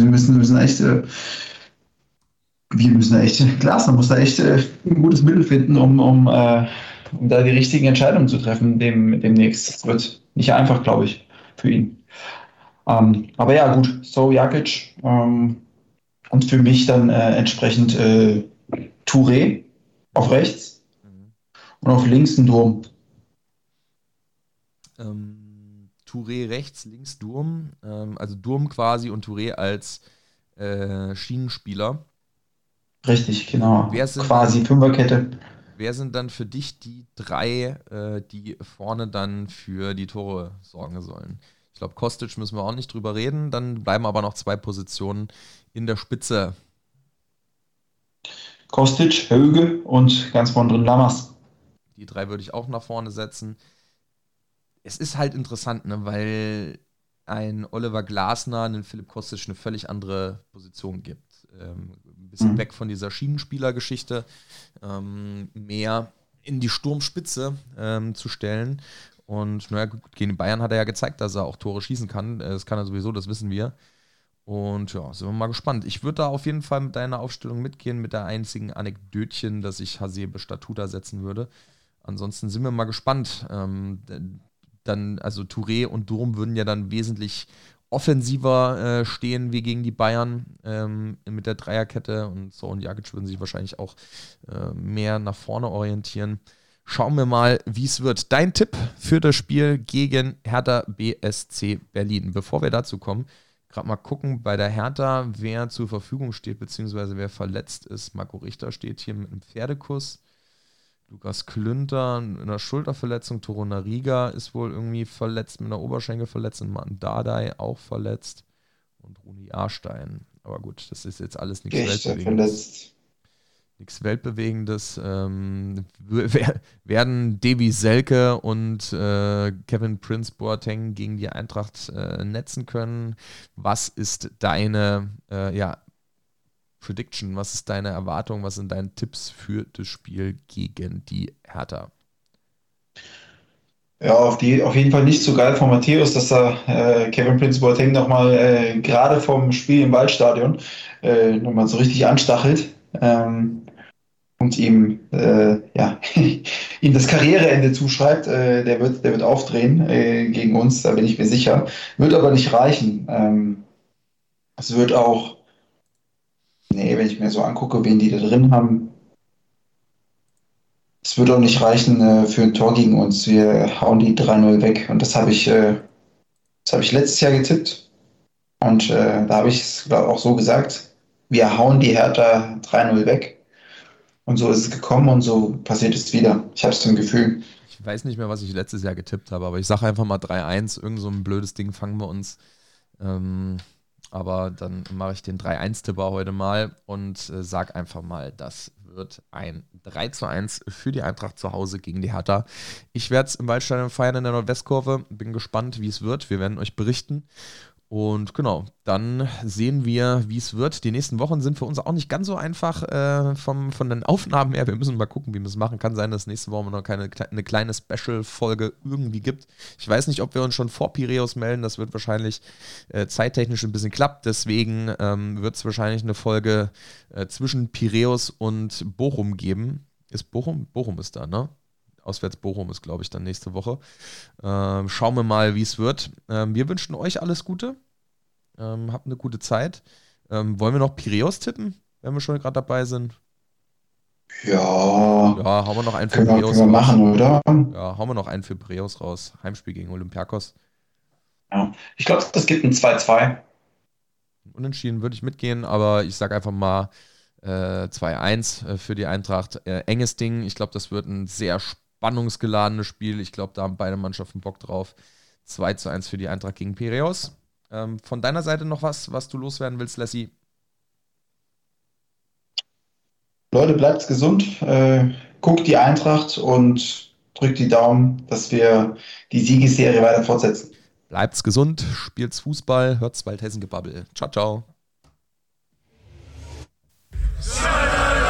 wir müssen echt, Glasner muss da echt ein gutes Mittel finden, um da die richtigen Entscheidungen zu treffen demnächst. Das wird nicht einfach, glaube ich, für ihn. Aber ja, gut, So Jakic und für mich dann entsprechend Touré auf rechts und auf links ein Durm.
Touré rechts, links Durm, also Durm quasi und Touré als Schienenspieler.
Richtig, genau.
Quasi
dann, Fünferkette.
Wer sind dann für dich die drei, die vorne dann für die Tore sorgen sollen? Ich glaube, Kostic müssen wir auch nicht drüber reden. Dann bleiben aber noch zwei Positionen in der Spitze.
Kostic, Höge und ganz vorne drin Lammers.
Die drei würde ich auch nach vorne setzen. Es ist halt interessant, ne, weil ein Oliver Glasner, einen Philipp Kostic eine völlig andere Position gibt. Ein bisschen weg von dieser Schienenspieler-Geschichte, mehr in die Sturmspitze zu stellen. Und naja, gut, gegen die Bayern hat er ja gezeigt, dass er auch Tore schießen kann. Das kann er sowieso, das wissen wir. Und ja, sind wir mal gespannt. Ich würde da auf jeden Fall mit deiner Aufstellung mitgehen, mit der einzigen Anekdötchen, dass ich Hasebe statt Tuta setzen würde. Ansonsten sind wir mal gespannt. Dann, also Touré und Durm würden ja dann wesentlich offensiver stehen wie gegen die Bayern mit der Dreierkette und So und Jakic würden sich wahrscheinlich auch mehr nach vorne orientieren. Schauen wir mal, wie es wird. Dein Tipp für das Spiel gegen Hertha BSC Berlin. Bevor wir dazu kommen, gerade mal gucken bei der Hertha, wer zur Verfügung steht, beziehungsweise wer verletzt ist. Marco Richter steht hier mit einem Pferdekuss. Lukas Klünter in einer Schulterverletzung. Torunariga ist wohl irgendwie verletzt mit einer Oberschenkelverletzung. Martin Dardai auch verletzt. Und Runi Jahrstein. Aber gut, das ist jetzt alles nichts
Gerichte
Weltbewegendes.
verletzt.
Nichts Weltbewegendes. Werden Davy Selke und Kevin Prince Boateng gegen die Eintracht netzen können? Was ist deine Prediction? Was ist deine Erwartung? Was sind deine Tipps für das Spiel gegen die Hertha?
Ja, auf jeden Fall nicht so geil von Matthäus, dass er Kevin Prince Boateng nochmal gerade vom Spiel im Waldstadion nochmal so richtig anstachelt. Und ihm, ihm das Karriereende zuschreibt. Der wird aufdrehen gegen uns, da bin ich mir sicher. Wird aber nicht reichen. Es wird auch, wenn ich mir so angucke, wen die da drin haben, es wird auch nicht reichen für ein Tor gegen uns. Wir hauen die 3-0 weg. Und das habe ich letztes Jahr getippt. Und da habe ich es auch so gesagt. Wir hauen die Hertha 3-0 weg. Und so ist es gekommen und so passiert es wieder. Ich habe es im Gefühl.
Ich weiß nicht mehr, was ich letztes Jahr getippt habe, aber ich sage einfach mal 3-1. Irgend so ein blödes Ding fangen wir uns. Aber dann mache ich den 3-1-Tipper heute mal und sage einfach mal, das wird ein 3-1 für die Eintracht zu Hause gegen die Hertha. Ich werde es im Waldstadion feiern in der Nordwestkurve. Bin gespannt, wie es wird. Wir werden euch berichten. Und genau, dann sehen wir, wie es wird. Die nächsten Wochen sind für uns auch nicht ganz so einfach von den Aufnahmen her. Wir müssen mal gucken, wie wir es machen. Kann sein, dass nächste Woche noch eine kleine Special-Folge irgendwie gibt. Ich weiß nicht, ob wir uns schon vor Piräus melden. Das wird wahrscheinlich zeittechnisch ein bisschen knapp. Deswegen wird es wahrscheinlich eine Folge zwischen Piräus und Bochum geben. Ist Bochum? Bochum ist da, ne? Auswärts Bochum ist, glaube ich, dann nächste Woche. Schauen wir mal, wie es wird. Wir wünschen euch alles Gute. Habt eine gute Zeit. Wollen wir noch Piräus tippen, wenn wir schon gerade dabei sind?
Ja,
hauen wir noch einen für Piräus
können wir machen, oder?
Ja, hauen wir noch einen für Piräus raus. Heimspiel gegen Olympiakos.
Ja. Ich glaube, das gibt ein 2-2.
Unentschieden würde ich mitgehen, aber ich sage einfach mal 2-1 für die Eintracht. Enges Ding. Ich glaube, das wird ein sehr spannungsgeladenes Spiel. Ich glaube, da haben beide Mannschaften Bock drauf. 2-1 für die Eintracht gegen Piräus. Von deiner Seite noch was du loswerden willst, Lassie?
Leute, bleibt gesund. Guckt die Eintracht und drückt die Daumen, dass wir die Siegesserie weiter fortsetzen.
Bleibt's gesund, spielt's Fußball, hört's Waldhessen-Gebabbel. Ciao, ciao.